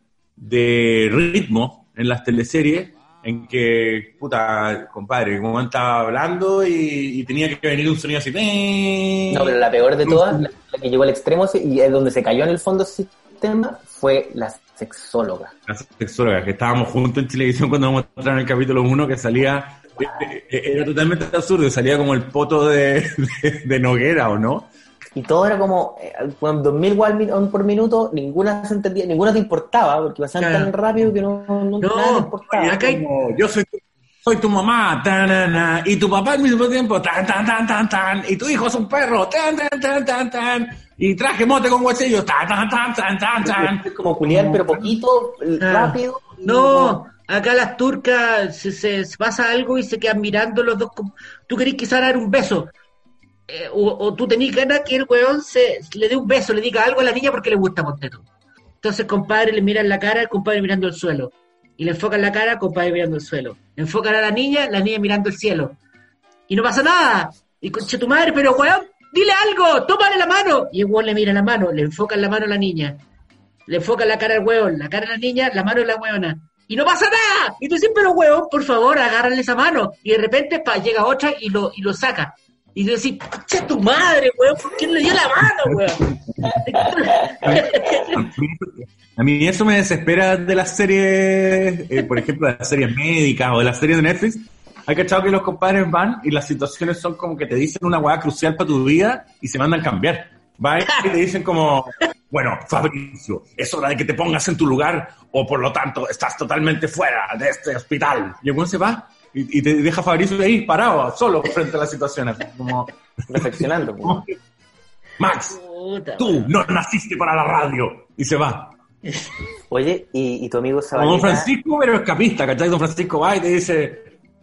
de ritmo en las teleseries, en que, puta, compadre, como estaba hablando y, y tenía que venir un sonido así. No, pero la peor de todas, la, la que llegó al extremo y es donde se cayó en el fondo el sistema, fue la sexóloga. La sexóloga, que estábamos juntos en Televisión cuando mostraron el capítulo uno, que salía... Era totalmente absurdo, salía como el poto de, de, de Noguera, ¿o no? Y todo era como, eh, con dos mil watts por minuto, ninguna se entendía, ninguna te importaba, porque pasaban claro. tan rápido que no, no, no nada te importaba. Acá hay... como, yo soy tu, soy tu mamá, tan, tan, tan, y tu papá al mismo tiempo, tan, tan, tan, tan, tan, y tu hijo es un perro, tan, tan, tan, tan, tan, y traje mote con huesillos, tan, tan, tan, tan, tan, tan. Es como culiar, pero poquito, ah. rápido. No, acá las turcas se, se, se pasa algo y se quedan mirando los dos. Como... Tú querés quizás dar un beso. Eh, o, o tú tenés ganas que el weón se, le dé un beso, le diga algo a la niña porque le gusta Monteto. Entonces, compadre, le miran la cara, el compadre mirando el suelo. Y le enfocan la cara, compadre mirando el suelo. Le enfocan a la niña, la niña mirando el cielo. Y no pasa nada. Y conche tu madre, pero weón, dile algo, tómale la mano. Y el weón le mira la mano, le enfocan la mano a la niña. Le enfocan la cara al weón, la cara a la niña, la mano a la weona. Y no pasa nada. Y tú dices, pero weón, por favor, agárrale esa mano. Y de repente pa, llega otra y lo, y lo saca. Y tú decís, che tu madre, weón, ¿por qué le dio la mano, weón? A mí eso me desespera de las series, eh, por ejemplo, de las series médicas o de las series de Netflix. Hay cachado que los compadres van y las situaciones son como que te dicen una hueá crucial para tu vida y se mandan a cambiar. Va y te dicen como, bueno, Fabricio, es hora de que te pongas en tu lugar o por lo tanto estás totalmente fuera de este hospital. Y el weón se va y, y te deja Fabricio ahí parado, solo frente a la situación, así como reflexionando. Como, Max, Puta, tú man. no naciste para la radio. Y se va. Oye, ¿y, y tu amigo Zabaleta? Como Don Francisco, pero escapista, ¿cachai? Don Francisco va y te dice,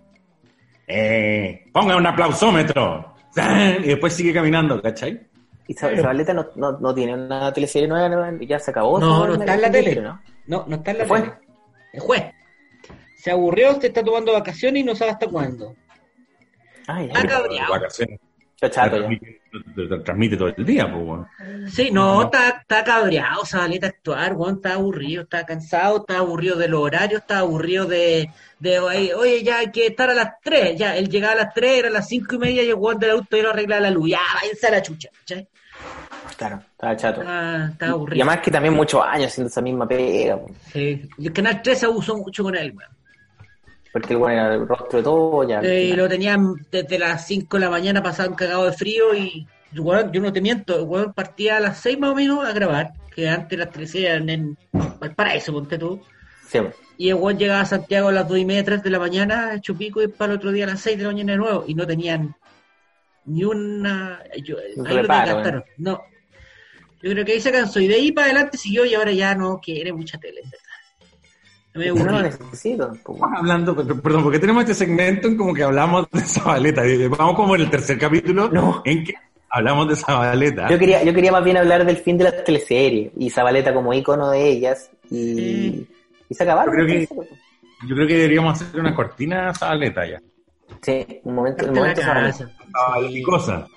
eh, ponga un aplausómetro. Y después sigue caminando, ¿cachai? ¿Y Zabaleta no, no, no tiene una teleserie nueva? ¿Ya se acabó? No, no está en la tele. ¿No? no, no está en la tele. El juez. Se aburrió, se está tomando vacaciones y no sabe hasta cuándo. Ay, está cabreado. Vacaciones. Está chato ya. Lo transmite todo el día, pues, bueno. Sí, no, está, está cabreado, Zabaleta actuar, bueno, está aburrido, está cansado, está aburrido de los horarios, está aburrido de, de oye, ya hay que estar a las tres, ya, él llegaba a las tres, era a las cinco y media y el guante del auto y lo arregla la luz, ya, váyanse a la chucha, ¿sí? Claro, estaba chato. Ah, está aburrido. Y además que también muchos años haciendo esa misma pega. Pues. Sí, el Canal tres se abusó mucho con él, man. Porque el bueno era el rostro de todo, ya. Eh, y lo tenían desde las cinco de la mañana, pasaban cagado de frío y bueno, yo no te miento, el weón partía a las seis más o menos a grabar, que antes las tres eran en Valparaíso, ponte tú. Sí. Y el weón llegaba a Santiago a las dos y media, tres de la mañana, hecho pico, y para el otro día a las seis de la mañana de nuevo, y no tenían ni una... Yo, Un ahí reparo, lo gastaron. No. Yo creo que ahí se cansó, y de ahí para adelante siguió, y ahora ya no quiere mucha tele, en verdad. Me no lo necesito. Hablando, perdón, porque tenemos este segmento en como que hablamos de Zabaleta. Vamos como en el tercer capítulo no. en que hablamos de Zabaleta. Yo quería, yo quería más bien hablar del fin de las teleseries y Zabaleta como ícono de ellas y, sí. y se acabaron. Yo creo, que, yo creo que deberíamos hacer una cortina Zabaleta ya. Sí, un momento, un momento Zabaleta. Sí. Cosa.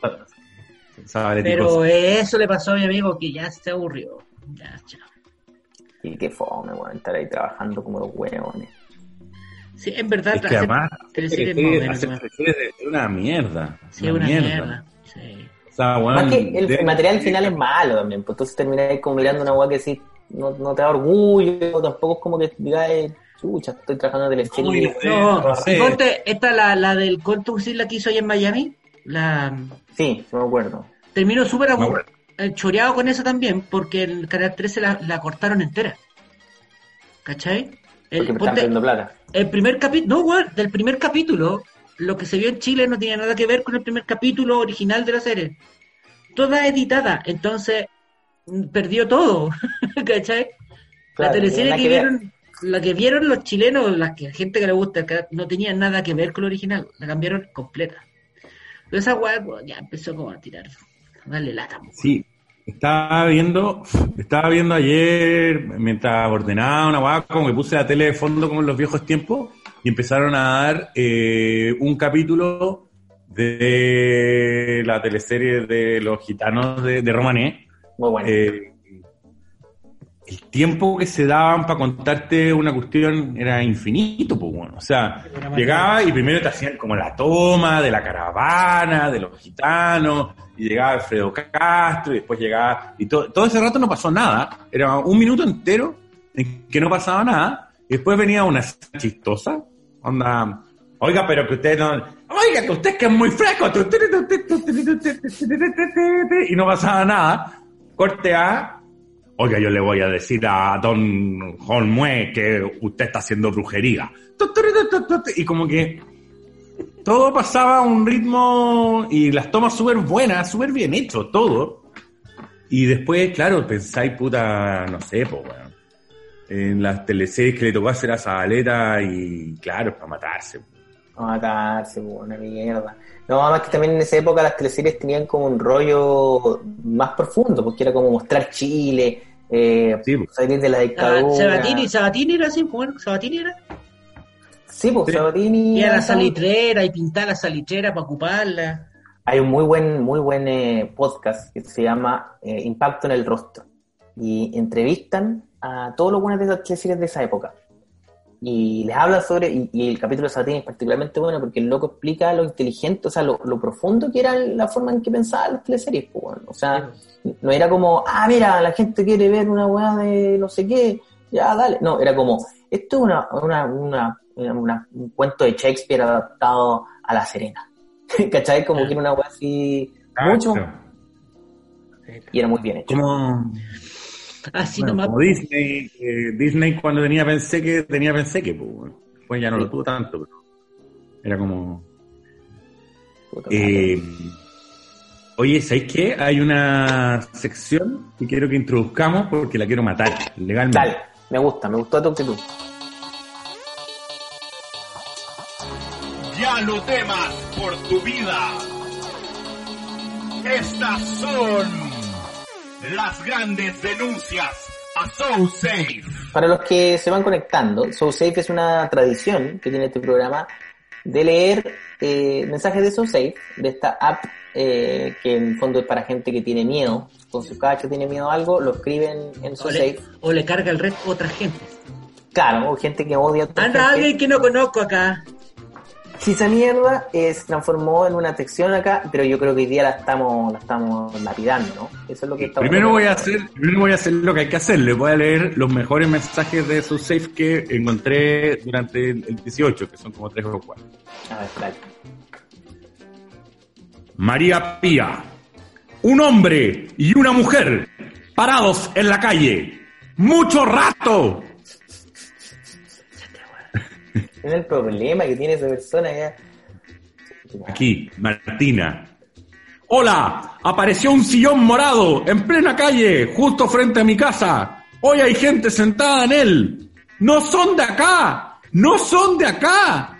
Pero eso le pasó a mi amigo que ya se aburrió. Ya, chao. Y qué fome, bueno, estar ahí trabajando como los huevones. Sí, en verdad, es que además, teleseries es una mierda. Sí, una, una mierda. mierda. Sí. O sea, bueno, más que el, de, el material final es malo también, pues entonces termináis como mirando una hueá que sí, no, no te da orgullo, tampoco es como que digáis, chucha, estoy trabajando en teleserie. No, no sé. Ponte, esta la, la del corto la que hizo allá en Miami, la... Sí, no me acuerdo. Terminó súper aburrido. Choreado con eso también, porque el Canal trece la, la cortaron entera. ¿Cachai? El, porque me están pidiendo plata. El primer capítulo, no, güey, del primer capítulo, lo que se vio en Chile no tenía nada que ver con el primer capítulo original de la serie. Toda editada, entonces perdió todo. ¿Cachai? Claro, la teleserie que, que vieron, la que vieron los chilenos, la, que, la gente que le gusta, que no tenía nada que ver con lo original, la cambiaron completa. Pero esa güey, ya empezó como a tirar. Dale lata. Sí, estaba viendo, estaba viendo ayer, mientras ordenaba una guapa, como que puse la tele de fondo como en los viejos tiempos, y empezaron a dar eh, un capítulo de la teleserie de los gitanos de, de Romané. Muy bueno. Eh, el tiempo que se daban para contarte una cuestión era infinito, pues bueno. O sea, llegaba y primero te hacían como la toma de la caravana, de los gitanos, y llegaba Alfredo Castro, y después llegaba... Y todo, todo ese rato no pasó nada. Era un minuto entero en que no pasaba nada, y después venía una chistosa, onda... Oiga, pero que usted no... Oiga, que usted que es muy fresco. Y no pasaba nada. Corte A... Oiga, yo le voy a decir a don Holmue que usted está haciendo brujería. Y como que todo pasaba a un ritmo y las tomas súper buenas, súper bien hecho, todo. Y después, claro, pensáis, puta, no sé, pues, bueno, en las teleseries que le tocó hacer a Zabaleta y, claro, para matarse. Para matarse, pues, una mierda. No, además que también en esa época las teleseries tenían como un rollo más profundo, porque era como mostrar Chile, eh, sí, pues. salir de la dictadura. Sabatini, Sabatini era así, bueno, Sabatini era. Sí, pues sí. Sabatini. Y a la salitrera y pintar la salitrera para ocuparla. Hay un muy buen, muy buen eh, podcast que se llama eh, Impacto en el Rostro. Y entrevistan a todos los buenos de las teleseries de esa época. y les habla sobre, y, y el capítulo de Satín es particularmente bueno porque el loco explica lo inteligente, o sea, lo, lo profundo que era la forma en que pensaban las teleseries, pues, bueno. O sea, no era como, ah, mira, la gente quiere ver una weá de no sé qué, ya, dale. No, era como, esto es una, una, una, una, una un cuento de Shakespeare adaptado a La Serena. ¿Cachai? Como que era una weá así, mucho, y era muy bien hecho. Como... Así Bueno, nomás. como Disney, eh, Disney cuando tenía pensé que tenía pensé que pues, bueno, pues ya no Sí. lo tuvo tanto, pero era como Puta eh, madre. oye, ¿sabéis qué? Hay una sección que quiero que introduzcamos porque la quiero matar legalmente. Dale, me gusta, me gustó tu actitud. Ya no temas por tu vida. Estas son las grandes denuncias a SoSafe. Para los que se van conectando, SoSafe es una tradición que tiene este programa de leer eh, mensajes de SoSafe, de esta app eh, que en el fondo es para gente que tiene miedo. Entonces cada vez que tiene miedo a algo, lo escriben en O SoSafe. le, o le carga el resto a otra gente. Claro, o gente que odia a otra Anda gente. alguien que no conozco acá. Si esa mierda eh, se transformó en una sección acá, pero yo creo que hoy día la estamos, la estamos lapidando, ¿no? Eso es lo que estamos Primero voy a hacer, primero voy a hacer lo que hay que hacer. Les voy a leer los mejores mensajes de SoSafe que encontré durante el dieciocho, que son como tres o cuatro. A ver, dale. María Pía. Un hombre y una mujer parados en la calle. ¡Mucho rato! Es el problema que tiene esa persona ya. Aquí, Martina. Hola, apareció un sillón morado en plena calle, justo frente a mi casa. Hoy hay gente sentada en él. ¡No son de acá! ¡No son de acá!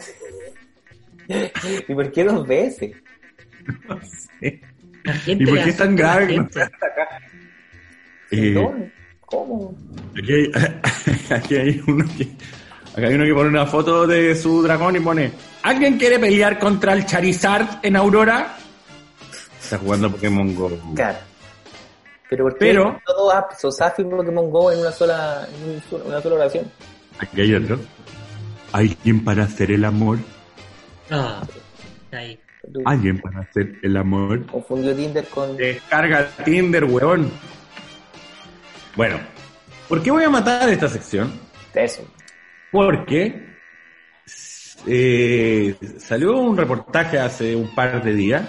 ¿Y por qué dos veces? No sé. La gente ¿Y por le qué es tan asusta a la grave que no gente. sea de acá? Eh, ¿Dónde? ¿Cómo? Aquí hay, aquí hay uno que acá hay uno que pone una foto de su dragón y pone: ¿alguien quiere pelear contra el Charizard en Aurora? Está jugando Pokémon Go. Claro. Pero ¿por qué Pero- todo app, SoSafe y Pokémon Go en una sola, en un solo- una sola oración? Aquí hay otro. ¿Alguien para hacer el amor? Ah, ahí. Tú ¿Alguien para hacer el amor? confundió Tinder con... Descarga Tinder, weón. Bueno, ¿por qué voy a matar esta sección? Eso. Porque eh, salió un reportaje hace un par de días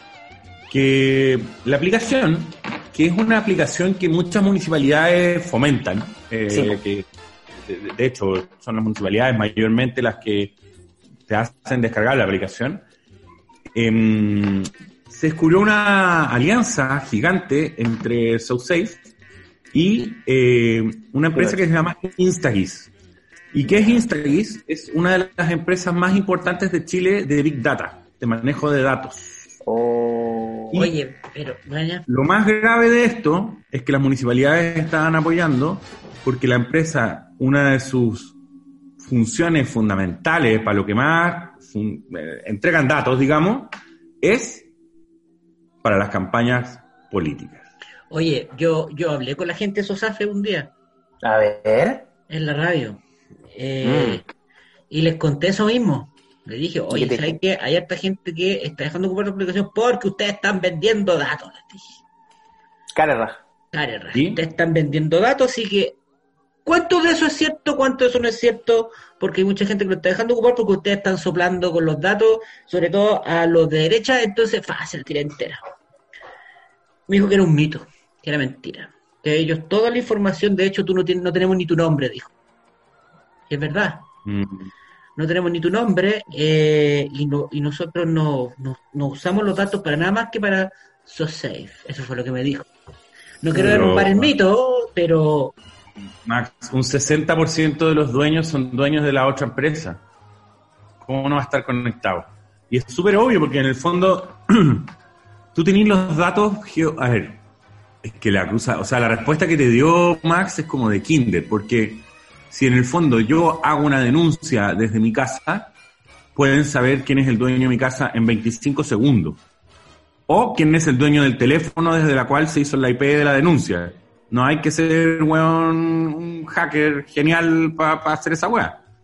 que la aplicación, que es una aplicación que muchas municipalidades fomentan, eh, Sí. que de, de hecho son las municipalidades mayormente las que te hacen descargar la aplicación, em, se descubrió una alianza gigante entre SoSafe y eh, una empresa que se llama Instagis. ¿Y qué es Instagis? Es una de las empresas más importantes de Chile de Big Data, de manejo de datos. Oh, Y- Oye, pero, vaya. Lo más grave de esto es que las municipalidades estaban apoyando porque la empresa, una de sus funciones fundamentales para lo que más fun- eh, entregan datos, digamos, es para las campañas políticas. Oye, yo, yo hablé con la gente de SoSafe un día a ver. en la radio. Eh, Y les conté eso mismo. Le dije, oye, ¿Qué te ¿sabes qué? Hay harta gente que está dejando de ocupar la aplicación porque ustedes están vendiendo datos. Les dije. Cara raja. Carerra, ¿Sí? ustedes están vendiendo datos, así que ¿cuánto de eso es cierto? ¿Cuánto de eso no es cierto? Porque hay mucha gente que lo está dejando de ocupar porque ustedes están soplando con los datos, sobre todo a los de derecha, entonces fácil, tira entera. Me dijo que era un mito, que era mentira. Que ellos, toda la información, de hecho, tú no, tienes, no tenemos ni tu nombre, dijo. Y es verdad, Mm. no tenemos ni tu nombre eh, y, no, y nosotros no, no, no usamos los datos para nada más que para SoSafe. Eso fue lo que me dijo. No quiero Pero- derrumbar el mito, pero Max, un sesenta por ciento de los dueños son dueños de la otra empresa. ¿Cómo no va a estar conectado? Y es súper obvio porque en el fondo tú tenés los datos geo... A ver, es que la cruza... O sea, la respuesta que te dio Max es como de kinder, porque si en el fondo yo hago una denuncia desde mi casa, pueden saber quién es el dueño de mi casa en veinticinco segundos. O quién es el dueño del teléfono desde la cual se hizo la I P de la denuncia. No hay que ser, weón, un hacker genial para pa hacer esa weá.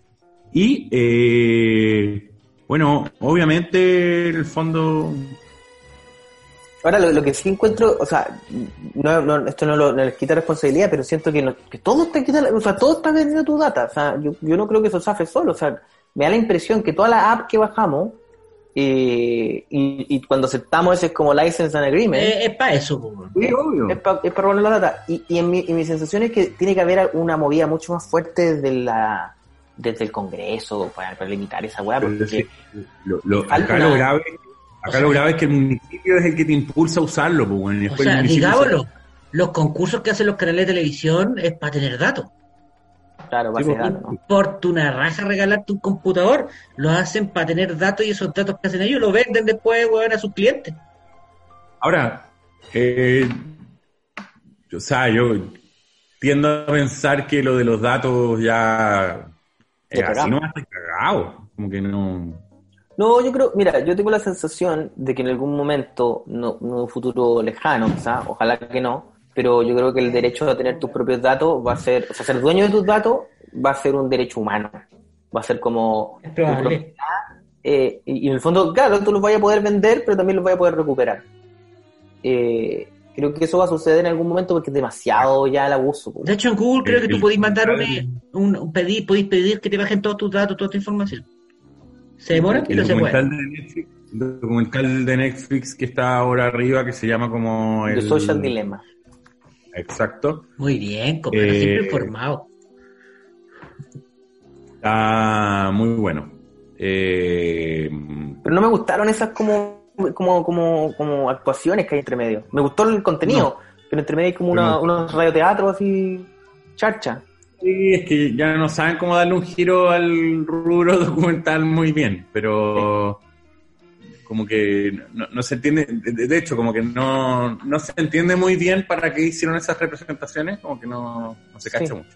Y, eh, bueno, obviamente, en el fondo... Ahora, lo, lo que sí encuentro, o sea, no, no, esto no, lo, no les quita responsabilidad, pero siento que, no, que todos te quitan, o sea, todos están vendiendo tu data. O sea, yo, yo no creo que eso se hace solo. O sea, me da la impresión que toda la app que bajamos, eh, y, y cuando aceptamos ese como license and agreement, Eh, es para eso, po. Sí, obvio. es para es pa robar la data. Y, y, en mi, y mi sensación es que tiene que haber una movida mucho más fuerte desde la desde el Congreso para, para limitar esa weá, porque Sí, lo, lo, falta acá una- lo grave, acá o sea, lo grave es que el municipio es el que te impulsa a usarlo, pues, bueno, y O después el sea, municipio digámoslo, los concursos que hacen los canales de televisión es para tener datos. claro, Sí, base de pues, datos, ¿no? Por una raja regalarte un computador, lo hacen para tener datos y esos datos que hacen ellos lo venden después, weón, a sus clientes. Ahora, eh, o sea, yo tiendo a pensar que lo de los datos ya eh, Ya así cagamos. no va a estar cagado, como que no. No, yo creo, mira, yo tengo la sensación de que en algún momento, no, no en un futuro lejano, quizá, ojalá que no, pero yo creo que el derecho a tener tus propios datos va a ser, o sea, ser dueño de tus datos va a ser un derecho humano, va a ser como Es tu probable. propiedad, eh, y, y en el fondo, claro, tú los vayas a poder vender, pero también los vayas a poder recuperar. Eh, creo que eso va a suceder en algún momento porque es demasiado ya el abuso. De hecho, en Google creo que tú El- podés mandar un, el- un, un pedir, podés pedir que te bajen todos tus datos, toda tu información. Se demora, El pero se puede. documental de Netflix, el documental de Netflix que está ahora arriba, que se llama como The el Social Dilemma. Exacto. Muy bien, compadre, Eh, siempre informado. Está muy bueno. Eh, Pero no me gustaron esas como como como como actuaciones que hay entre medio. Me gustó el contenido, pero entre medio hay como una, Pero- unos radioteatros así charcha. sí, es que ya no saben cómo darle un giro al rubro documental muy bien, pero como que no, no se entiende, de, de hecho, como que no, no se entiende muy bien para qué hicieron esas representaciones, como que no, no se cacha Sí. mucho.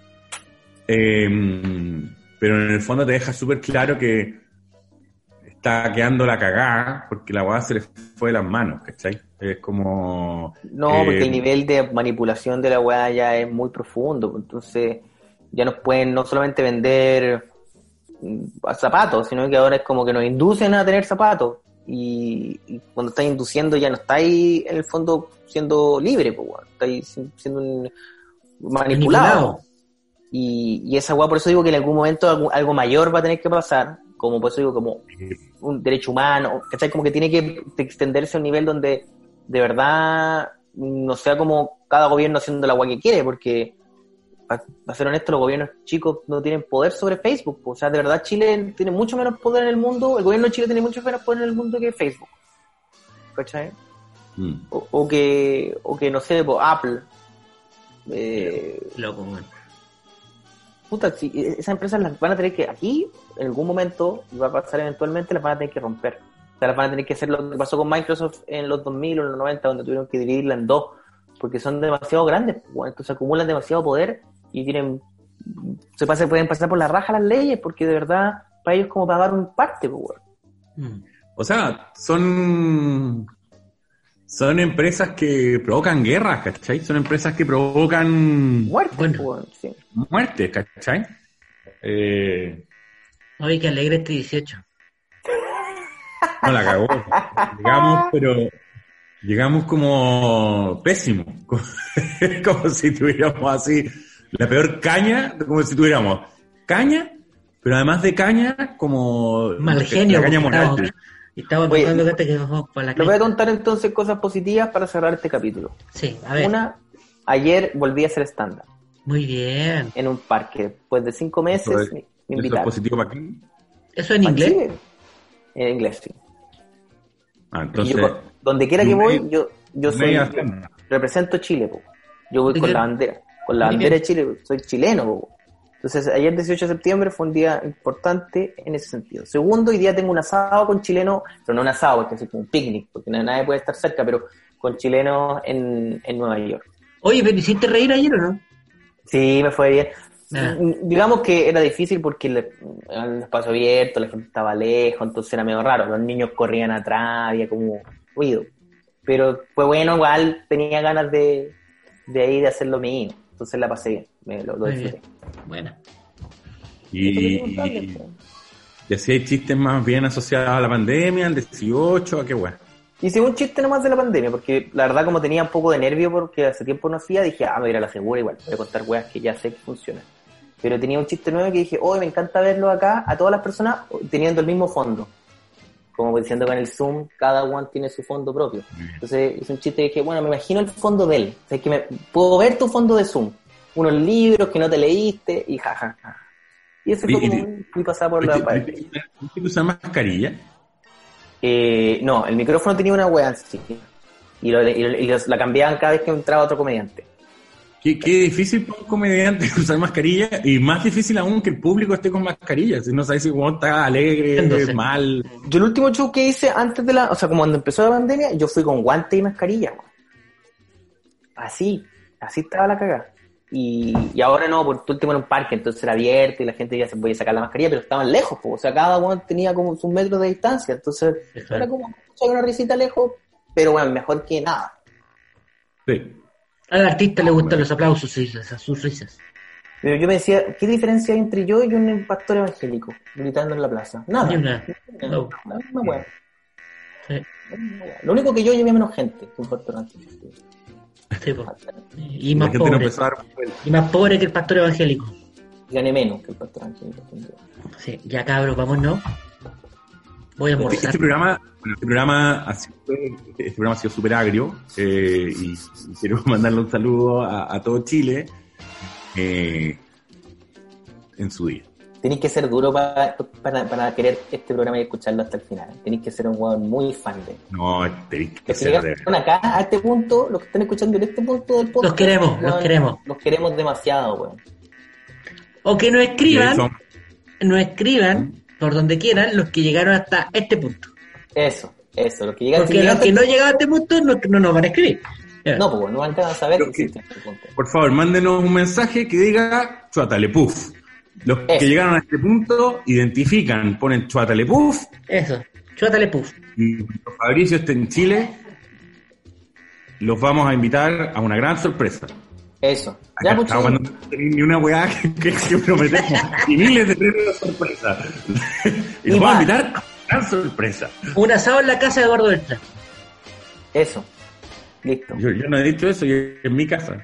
Eh, pero en el fondo te deja súper claro que está quedando la cagada porque la weá se le fue de las manos, ¿cachai? Es como... No, eh, porque el nivel de manipulación de la weá ya es muy profundo. Entonces, ya nos pueden no solamente vender mm, zapatos, sino que ahora es como que nos inducen a tener zapatos. Y, y cuando estás induciendo ya no estáis en el fondo siendo libre, pues, weón. Estáis si- siendo un- manipulado. Manipulado. Y, y esa weá, por eso digo que en algún momento algo, algo mayor va a tener que pasar, como por eso digo, como un derecho humano, ¿cachai? Como que tiene que extenderse a un nivel donde de verdad no sea como cada gobierno haciendo la weá que quiere, porque para ser honesto, los gobiernos chicos no tienen poder sobre Facebook. O sea, de verdad Chile tiene mucho menos poder en el mundo, el gobierno de Chile tiene mucho menos poder en el mundo que Facebook, ¿cachai? mm. O, o que, o que no sé, pues, Apple. Eh, Loco, weón. puta, si esas empresas las van a tener que, aquí, en algún momento, y va a pasar eventualmente, las van a tener que romper. O sea, las van a tener que hacer lo que pasó con Microsoft en los dos mil o en los noventa, donde tuvieron que dividirla en dos, porque son demasiado grandes, pues, entonces acumulan demasiado poder y tienen, se pasa, pueden pasar por la raja las leyes, porque de verdad, para ellos es como pagar un parte, pues, weón. Mm. O sea, son son empresas que provocan guerras, ¿cachai? Son empresas que provocan Muerte, Bueno. pues, weón, sí. muertes, ¿cachai? Eh, Oye, que alegre este dieciocho. no la cagó. Llegamos, pero llegamos como pésimo. Como, como si tuviéramos así la peor caña, como si tuviéramos caña, pero además de caña, como Mal la genio. caña porque moral. Estamos, estamos Oye, tocando que que vamos para la Les voy a calle. contar entonces cosas positivas para cerrar este capítulo. Sí, a ver. Una, ayer volví a hacer stand-up Muy bien. en un parque. Después de cinco meses Eso es- me, me Eso es invitaron. positivo para aquí. ¿Eso en ¿Ah, inglés? sí? En inglés, sí. Ah, Y entonces, yo, donde quiera que you voy, may- yo, yo soy, media cena. represento Chile, po. Yo voy Muy con bien. la bandera, con la Muy bandera bien. de Chile, soy chileno, po. Entonces, ayer dieciocho de septiembre fue un día importante en ese sentido. Segundo, hoy día tengo un asado con chilenos, pero no un asado, porque es como un picnic, porque na- nadie puede estar cerca, pero con chilenos en, en Nueva York. Oye, ¿pero hiciste reír ayer o no? Sí, me fue bien. Ah. Digamos que era difícil porque le- era un espacio abierto, la gente estaba lejos, entonces era medio raro. Los niños corrían atrás, había como ruido. Pero fue bueno, igual tenía ganas de, de ir a hacer lo mío. Entonces la pasé bien, me lo, lo Muy disfruté. bien. Bueno. Y, y, y así hay chistes más bien asociados a la pandemia, al dieciocho, a qué weá. Hice un chiste nomás de la pandemia, porque la verdad como tenía un poco de nervio porque hace tiempo no hacía, dije, ah, me voy a ir a la segura igual, voy a contar weas que ya sé que funcionan. Pero tenía un chiste nuevo que dije, oh, me encanta verlo acá, a todas las personas teniendo el mismo fondo. Como diciendo que en el Zoom cada one tiene su fondo propio. Entonces hice un chiste y dije, bueno, me imagino el fondo de él. O sea, que me puedo ver tu fondo de Zoom. Unos libros que no te leíste y jajaja. Ja, ja. Y ese fue como mi pasada por la pared. ¿Tienes que usar mascarilla? Eh, no, el micrófono tenía una wea así. Y, lo, y, lo, y los, la cambiaban cada vez que entraba otro comediante. Qué, qué difícil para un comediante usar mascarilla, y más difícil aún que el público esté con mascarilla. Si no sabes si uno está alegre, Entonces, mal. Yo el último show que hice antes de la, o sea, como cuando empezó la pandemia, yo fui con guante y mascarilla. Así, así estaba la cagada. Y, y ahora no, por último era un parque, entonces era abierto y la gente ya se podía sacar la mascarilla, pero estaban lejos, pues, o sea, cada uno tenía como sus metros de distancia, entonces Exacto. Era como una risita lejos, pero bueno, mejor que nada. Sí. Al artista le gustan bueno. los aplausos, sus risas, sus risas. Pero yo me decía, ¿qué diferencia hay entre yo y un pastor evangélico gritando en la plaza? Nada. Nada. No. La misma hueá. Sí. Lo único que yo llevé menos gente que un pastor evangélico. Sí, pues. Y más pobre. No y más pobre que el pastor evangélico. Y gané menos que el pastor evangélico. Sí, ya cabros, vámonos. Voy a almorzar. Este, este programa, bueno, este programa ha sido, este programa ha sido súper agrio, eh, y, y quiero mandarle un saludo a, a todo Chile eh, en su día. Tenéis que ser duro para, para, para querer este programa y escucharlo hasta el final. Tenéis que ser un hueón muy fan de él. No, tenéis que los ser de verdad. Acá, a este punto, los que están escuchando en este punto del podcast, los queremos, hueón, los queremos. Los queremos demasiado, weón. O que nos escriban, nos escriban por donde quieran los que llegaron hasta este punto. Eso, eso, los que llegaron. Porque los que no llegaron a este punto no, no nos van a escribir. No, pues no van a saber que existe este punto. Por favor, mándenos un mensaje que diga Chuatale Puff. Los Eso. que llegaron a este punto identifican, ponen Chuatale Puff. Eso, Chuatale Puff. Y cuando Fabricio esté en Chile, los vamos a invitar a una gran sorpresa. Eso. Ya, mucho. Cuando no tenéis ni una weá que, que, que prometemos. Y miles de premios de sorpresa. Y los vamos a invitar a una gran sorpresa. Un asado en la casa de Eduardo Beltrán. Eso. Listo. Yo, yo no he dicho eso, yo en mi casa.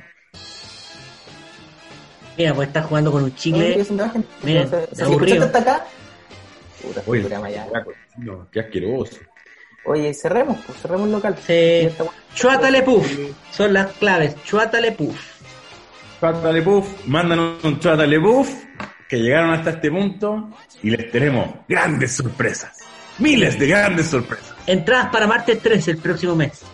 Mira, pues estás jugando con un chicle. Mira, se aburrido. ¿Hasta acá? Puta, Oye, ya. No, qué asqueroso. Oye, cerremos, pues cerremos el local. Sí. Chuatale Puff. Son las claves. Chuatale Puff. Chuatale Puff. Mándanos un Chuatale Puff. Que llegaron hasta este punto. Y les tenemos grandes sorpresas. Miles de grandes sorpresas. Entradas para martes trece el próximo mes.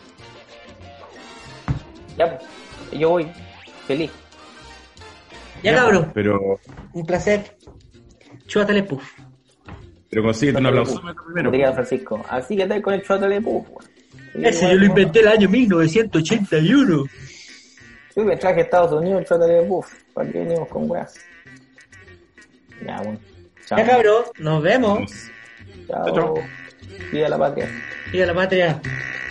Ya, yo voy. Feliz. Ya, ya cabrón. Pero... Un placer. Chuatale Puff. Pero consíguete un aplauso primero. Diría Francisco. Así que estáis con el Chuatale Puff. Ese yo lo inventé el año mil novecientos ochenta y uno. Yo me traje a Estados Unidos el Chuatale Puff. ¿Para qué venimos con weas? Ya, bueno. Chao. Ya, cabrón. Nos vemos. Chao. Chao. Viva la patria. Viva la patria.